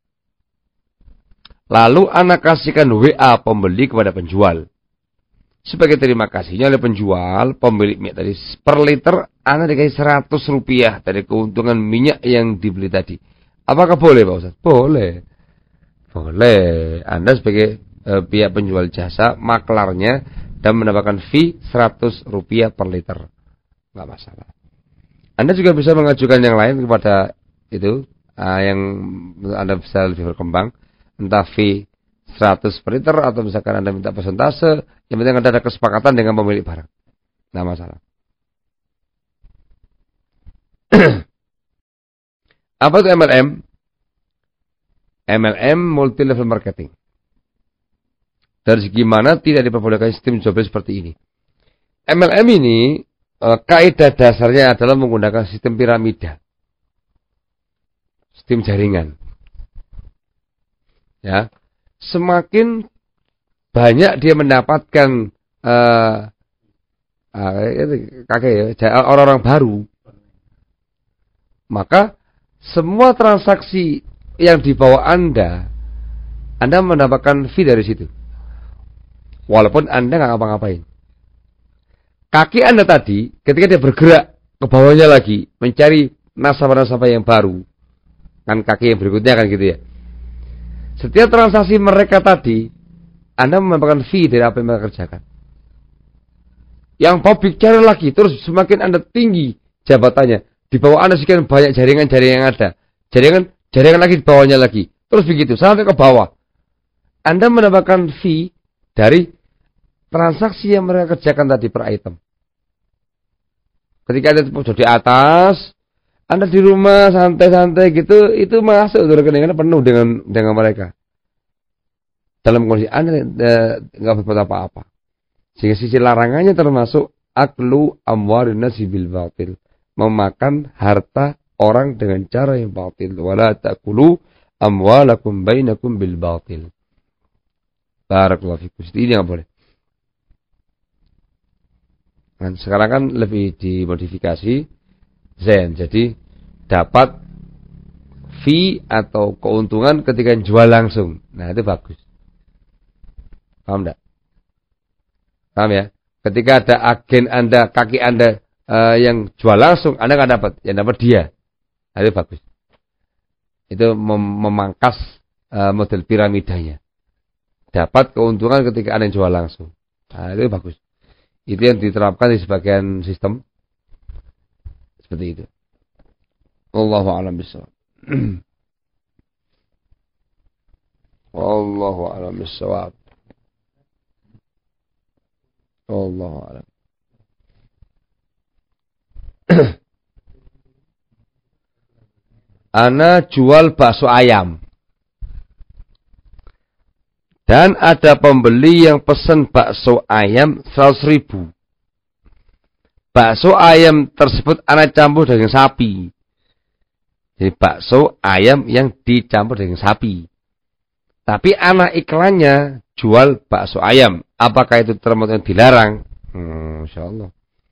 Lalu ana kasihkan WA pembeli kepada penjual. Sebagai terima kasihnya oleh penjual, pemilik minyak tadi per liter ana dikasih 100 rupiah dari keuntungan minyak yang dibeli tadi. Apakah boleh Pak Ustaz? Boleh. Boleh. Anda sebagai pihak penjual jasa, maklarnya, dan mendapatkan fee 100 rupiah per liter. Nggak masalah. Anda juga bisa mengajukan yang lain kepada itu, yang Anda bisa lebih berkembang. Entah fee 100 per liter, atau misalkan Anda minta persentase, yang penting Anda ada kesepakatan dengan pemilik barang. Nggak masalah. Apa itu MLM? MLM multi level marketing. Dari segi mana tidak diperbolehkan sistem jual beli seperti ini. MLM ini kaidah dasarnya adalah menggunakan sistem piramida, sistem jaringan. Ya, semakin banyak dia mendapatkan orang-orang baru, maka semua transaksi yang dibawa Anda mendapatkan fee dari situ. Walaupun Anda nggak ngapa-ngapain. Kaki Anda tadi, ketika dia bergerak ke bawahnya lagi, mencari nasabah-nasabah yang baru, kan kaki yang berikutnya kan gitu ya. Setiap transaksi mereka tadi, Anda mendapatkan fee dari apa yang mereka kerjakan. Yang mau bicara lagi, terus semakin Anda tinggi jabatannya, di bawah Anda sekian banyak jaringan-jaringan yang ada, jaringan lagi di bawahnya lagi, terus begitu sampai ke bawah. Anda mendapatkan fee dari transaksi yang mereka kerjakan tadi per item. Ketika Anda di atas, Anda di rumah santai-santai gitu, itu masuk rekeningnya penuh dengan mereka. Dalam kondisi Anda nggak berbuat apa-apa. Sehingga sisi larangannya termasuk aklu amwarin nasi bil batil, memakan harta orang dengan cara yang batil. Wala ta'kulu amwalakum bainakum bil batil. Barakallahu fikum. Ini nggak boleh. Dan sekarang kan lebih dimodifikasi Zen. Jadi dapat fee atau keuntungan ketika jual langsung. Nah itu bagus. Paham enggak? Paham ya? Ketika ada agen Anda, kaki Anda yang jual langsung, Anda nggak dapat, yang dapat dia. Nah, itu bagus. Itu memangkas model piramidanya. Dapat keuntungan ketika Anda jual langsung. Nah, itu bagus. Itu yang diterapkan di sebagian sistem. Seperti itu. Wallahu a'lam bishawab. Wallahu a'lam bishawab. Wallahu a'lam. Ana jual bakso ayam. Dan ada pembeli yang pesen bakso ayam 100.000. Bakso ayam tersebut ana campur daging sapi. Jadi bakso ayam yang dicampur daging sapi. Tapi ana iklannya jual bakso ayam. Apakah itu termasuk dilarang? Insyaallah.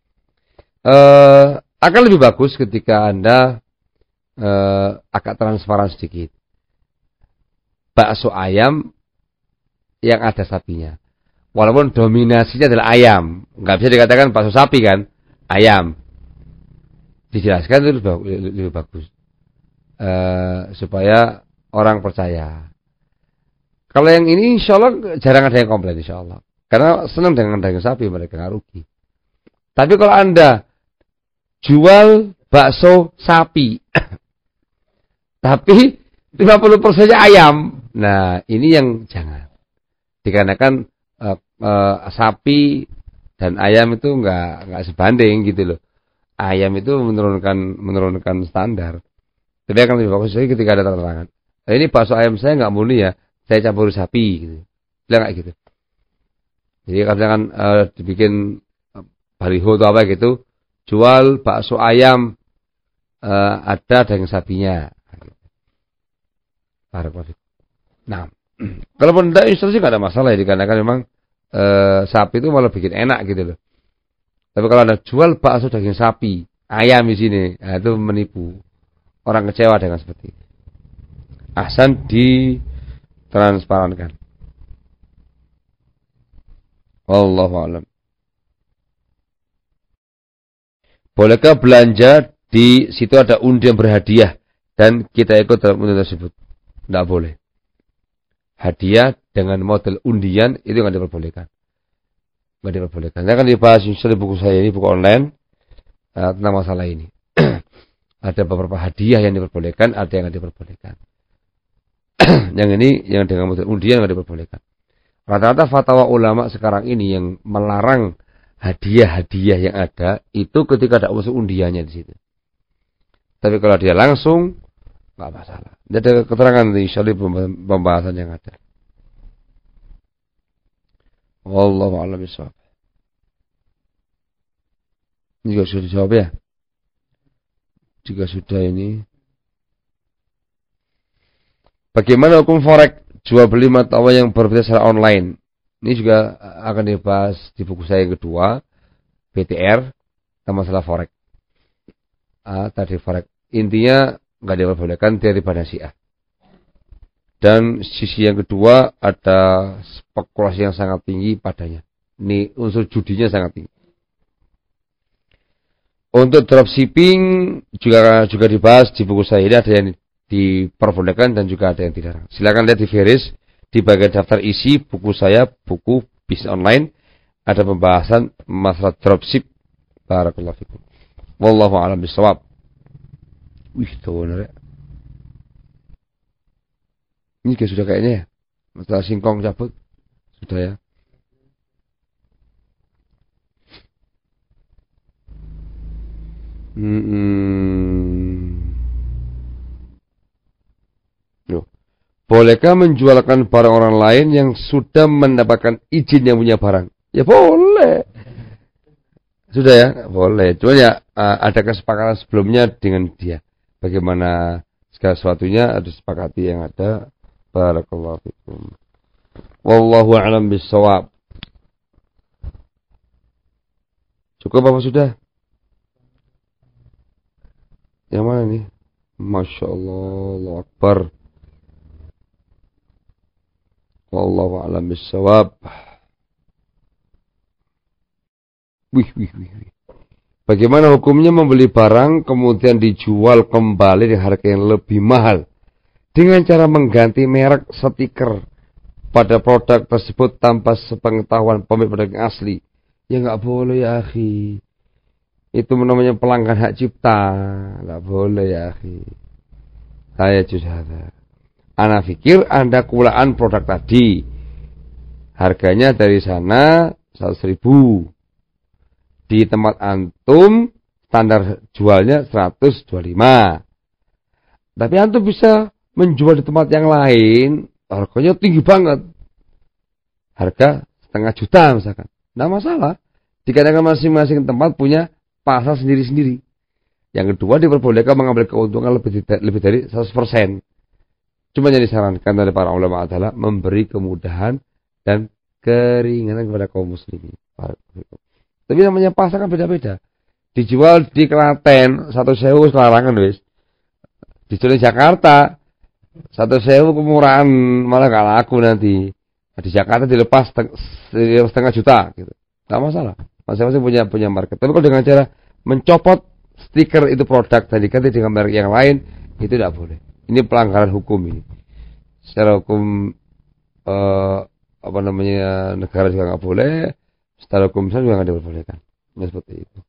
Akan lebih bagus ketika Anda agak transparan sedikit. Bakso ayam yang ada sapinya. Walaupun dominasinya adalah ayam. Nggak bisa dikatakan bakso sapi kan. Ayam. Dijelaskan itu lebih bagus. Supaya orang percaya. Kalau yang ini insya Allah jarang ada yang komplain insya Allah. Karena senang dengan daging sapi, mereka nggak rugi. Tapi kalau Anda jual bakso sapi, tapi 50%-nya ayam, nah ini yang jangan. Dikarenakan sapi dan ayam itu nggak sebanding gitu loh. Ayam itu menurunkan standar. Tapi akan lebih bagus lagi ketika ada keterangan. Nah, ini bakso ayam saya nggak murni ya, saya campur sapi. Gitu. Bilang kayak gitu. Jadi kadang dibikin baliho atau apa gitu, jual bakso ayam ada daging sapinya. Nah, kalaupun tidak instruksi nggak ada masalah ya, dikarenakan memang sapi itu malah bikin enak gitu loh. Tapi kalau Anda jual bakso daging sapi, ayam di sini, nah itu menipu. Orang kecewa dengan seperti itu. Ahsan ditransparankan. Wallahu a'lam. Bolehkah belanja di situ ada undian berhadiah dan kita ikut dalam undian tersebut? Tidak boleh. Hadiah dengan model undian itu nggak diperbolehkan. Nggak diperbolehkan. Saya akan dibahas di buku saya ini, buku online tentang masalah ini. Ada beberapa hadiah yang diperbolehkan, ada yang nggak diperbolehkan. Yang ini yang dengan model undian nggak diperbolehkan. Rata-rata fatwa ulama sekarang ini yang melarang hadiah-hadiah yang ada itu ketika ada unsur undiannya di situ. Tapi kalau dia langsung nggak masalah. Dia ada keterangan di syarih pembahasan yang ada. Wallahu a'lam bishawab. Ini juga sudah dijawab ya. Jika sudah ini. Bagaimana hukum forex jual beli mata uang yang berbeda secara online? Ini juga akan dibahas di buku saya yang kedua, BTR, tentang masalah forex. Tadi forex. Intinya nggak diperbolehkan daripada Syiah. Dan sisi yang kedua ada spekulasi yang sangat tinggi padanya. Ini unsur judinya sangat tinggi. Untuk dropshipping juga dibahas di buku saya ini, ada yang diperbolehkan dan juga ada yang tidak. Silakan lihat di Feris di bagian daftar isi buku saya, buku bisnis online, ada pembahasan masalah dropship. Barakallahu fikum. Wallahu a'lam bishawab. Wih, tuh benar ya. Ini juga sudah kayaknya ya. Masalah singkong cabut sudah ya. Bolehkah menjualkan barang orang lain yang sudah mendapatkan izin yang punya barang? Ya boleh. Sudah ya, boleh. Cuma ya ada kesepakatan sebelumnya dengan dia. Bagaimana segala sesuatunya ada sepakati yang ada. Barakallahu fikum. Wallahu a'lam bishawab. Cukup apa sudah? Yang mana nih? Masya Allah, Allahu Akbar. Wallahu a'lam bishawab. Wih. Bagaimana hukumnya membeli barang kemudian dijual kembali dengan harga yang lebih mahal dengan cara mengganti merek stiker pada produk tersebut tanpa sepengetahuan pemilik produk yang asli? Ya nggak boleh ya akhi. Itu namanya pelanggan hak cipta. Nggak boleh ya akhi. Saya jujur. Ana pikir Anda kulaan produk tadi. Harganya dari sana 100.000. Di tempat antum standar jualnya 125. Tapi antum bisa menjual di tempat yang lain, harganya tinggi banget. Harga 500.000 misalkan. Tidak masalah. Dikarenakan masing-masing tempat punya pasar sendiri-sendiri. Yang kedua, diperbolehkan mengambil keuntungan lebih dari 100%. Cuma yang disarankan dari para ulama adalah memberi kemudahan dan keringanan kepada kaum muslimin. Tapi namanya pasar kan beda-beda. Dijual di Klaten 1.000 larangan wis. Dijual di Jakarta 1.000 kemurahan, malah gak laku nanti. Di Jakarta dilepas 1,5 juta gitu. Gak masalah. Masing-masing punya market. Tapi kalau dengan cara mencopot stiker itu produk dan diganti dengan merek yang lain, itu tidak boleh. Ini pelanggaran hukum ini. Secara hukum negara juga nggak boleh. Secara hukum Islam juga nggak diperbolehkan. Seperti itu.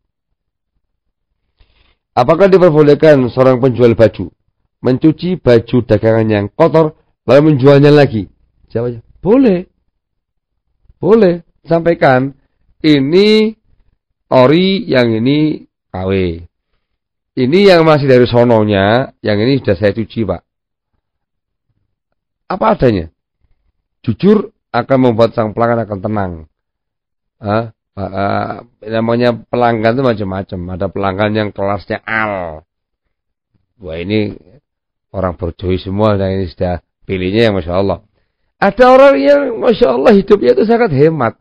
Apakah diperbolehkan seorang penjual baju mencuci baju dagangan yang kotor lalu menjualnya lagi? Jawabnya boleh. Boleh. Sampaikan ini ori, yang ini KW. Ini yang masih dari sononya, yang ini sudah saya cuci, Pak. Apa adanya? Jujur akan membuat sang pelanggan akan tenang. Namanya pelanggan itu macam-macam. Ada pelanggan yang kelasnya al. Wah, ini orang berjoy semua, dan ini sudah pilihnya yang Masya Allah. Ada orang yang Masya Allah hidupnya itu sangat hemat.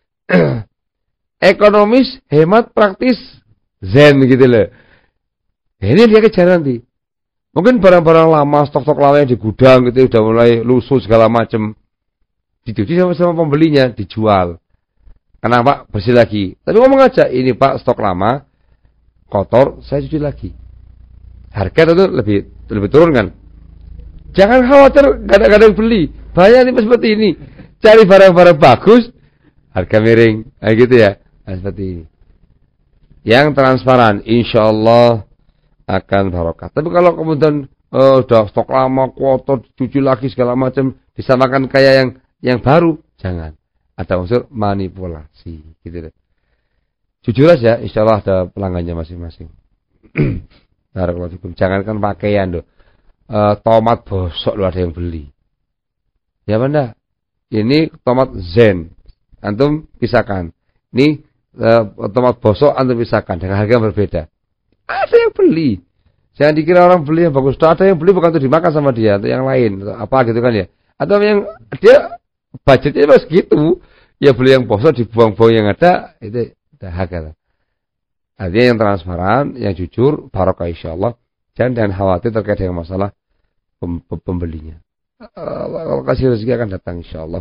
Ekonomis, hemat, praktis, zen gitu loh. Ini dia kejar nanti. Mungkin barang-barang lama, stok-stok lama yang di gudang gitu udah mulai lusuh segala macam. Dicuci sama pembelinya, dijual. Kenapa? Bersih lagi. Tapi ngomong aja, ini Pak stok lama, kotor, saya cuci lagi. Harga itu lebih turun kan? Jangan khawatir, gak ada yang beli. Banyak nih seperti ini. Cari barang-barang bagus, harga miring. Nah, gitu ya. Nah, seperti ini. Yang transparan, insya Allah akan barokah. Tapi kalau kemudian udah stok lama, kotor, cuci lagi segala macam, disamakan kayak yang baru, jangan. Ada unsur manipulasi, gitu deh. Jujur aja, insya Allah ada pelanggannya masing-masing. Jangankan pakaian loh. Tomat bosok lo ada yang beli. Ya benda. Ini tomat zen. Antum pisahkan. Ini tomat bosok antum pisahkan dengan harga yang berbeda. Ada yang beli. Jangan dikira orang beli yang bagus. Ada yang beli bukan untuk dimakan sama dia, untuk yang lain, apa gitu kan ya. Atau yang dia budgetnya mas gitu, ya beli yang bosok dibuang-buang yang ada, itu harga. Artinya yang transparan, yang jujur, barokah insyaallah. Jangan khawatir terkait dengan masalah pembelinya. Kalau kasih rezeki akan datang insyaallah.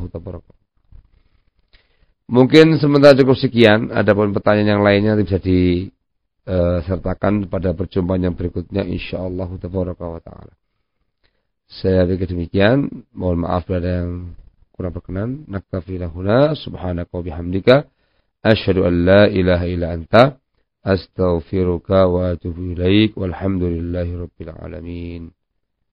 Mungkin sementara cukup sekian. Adapun pertanyaan yang lainnya bisa disertakan pada perjumpaan yang berikutnya insyaallah taala. Saya pikir demikian. Mohon maaf bila yang kurang berkenan. Naktafi lahuna subhanaka wa bihamdika asyhadu an la ilaha illa anta astaghfiruka wa atubu ilaik walhamdulillahi rabbil alamin.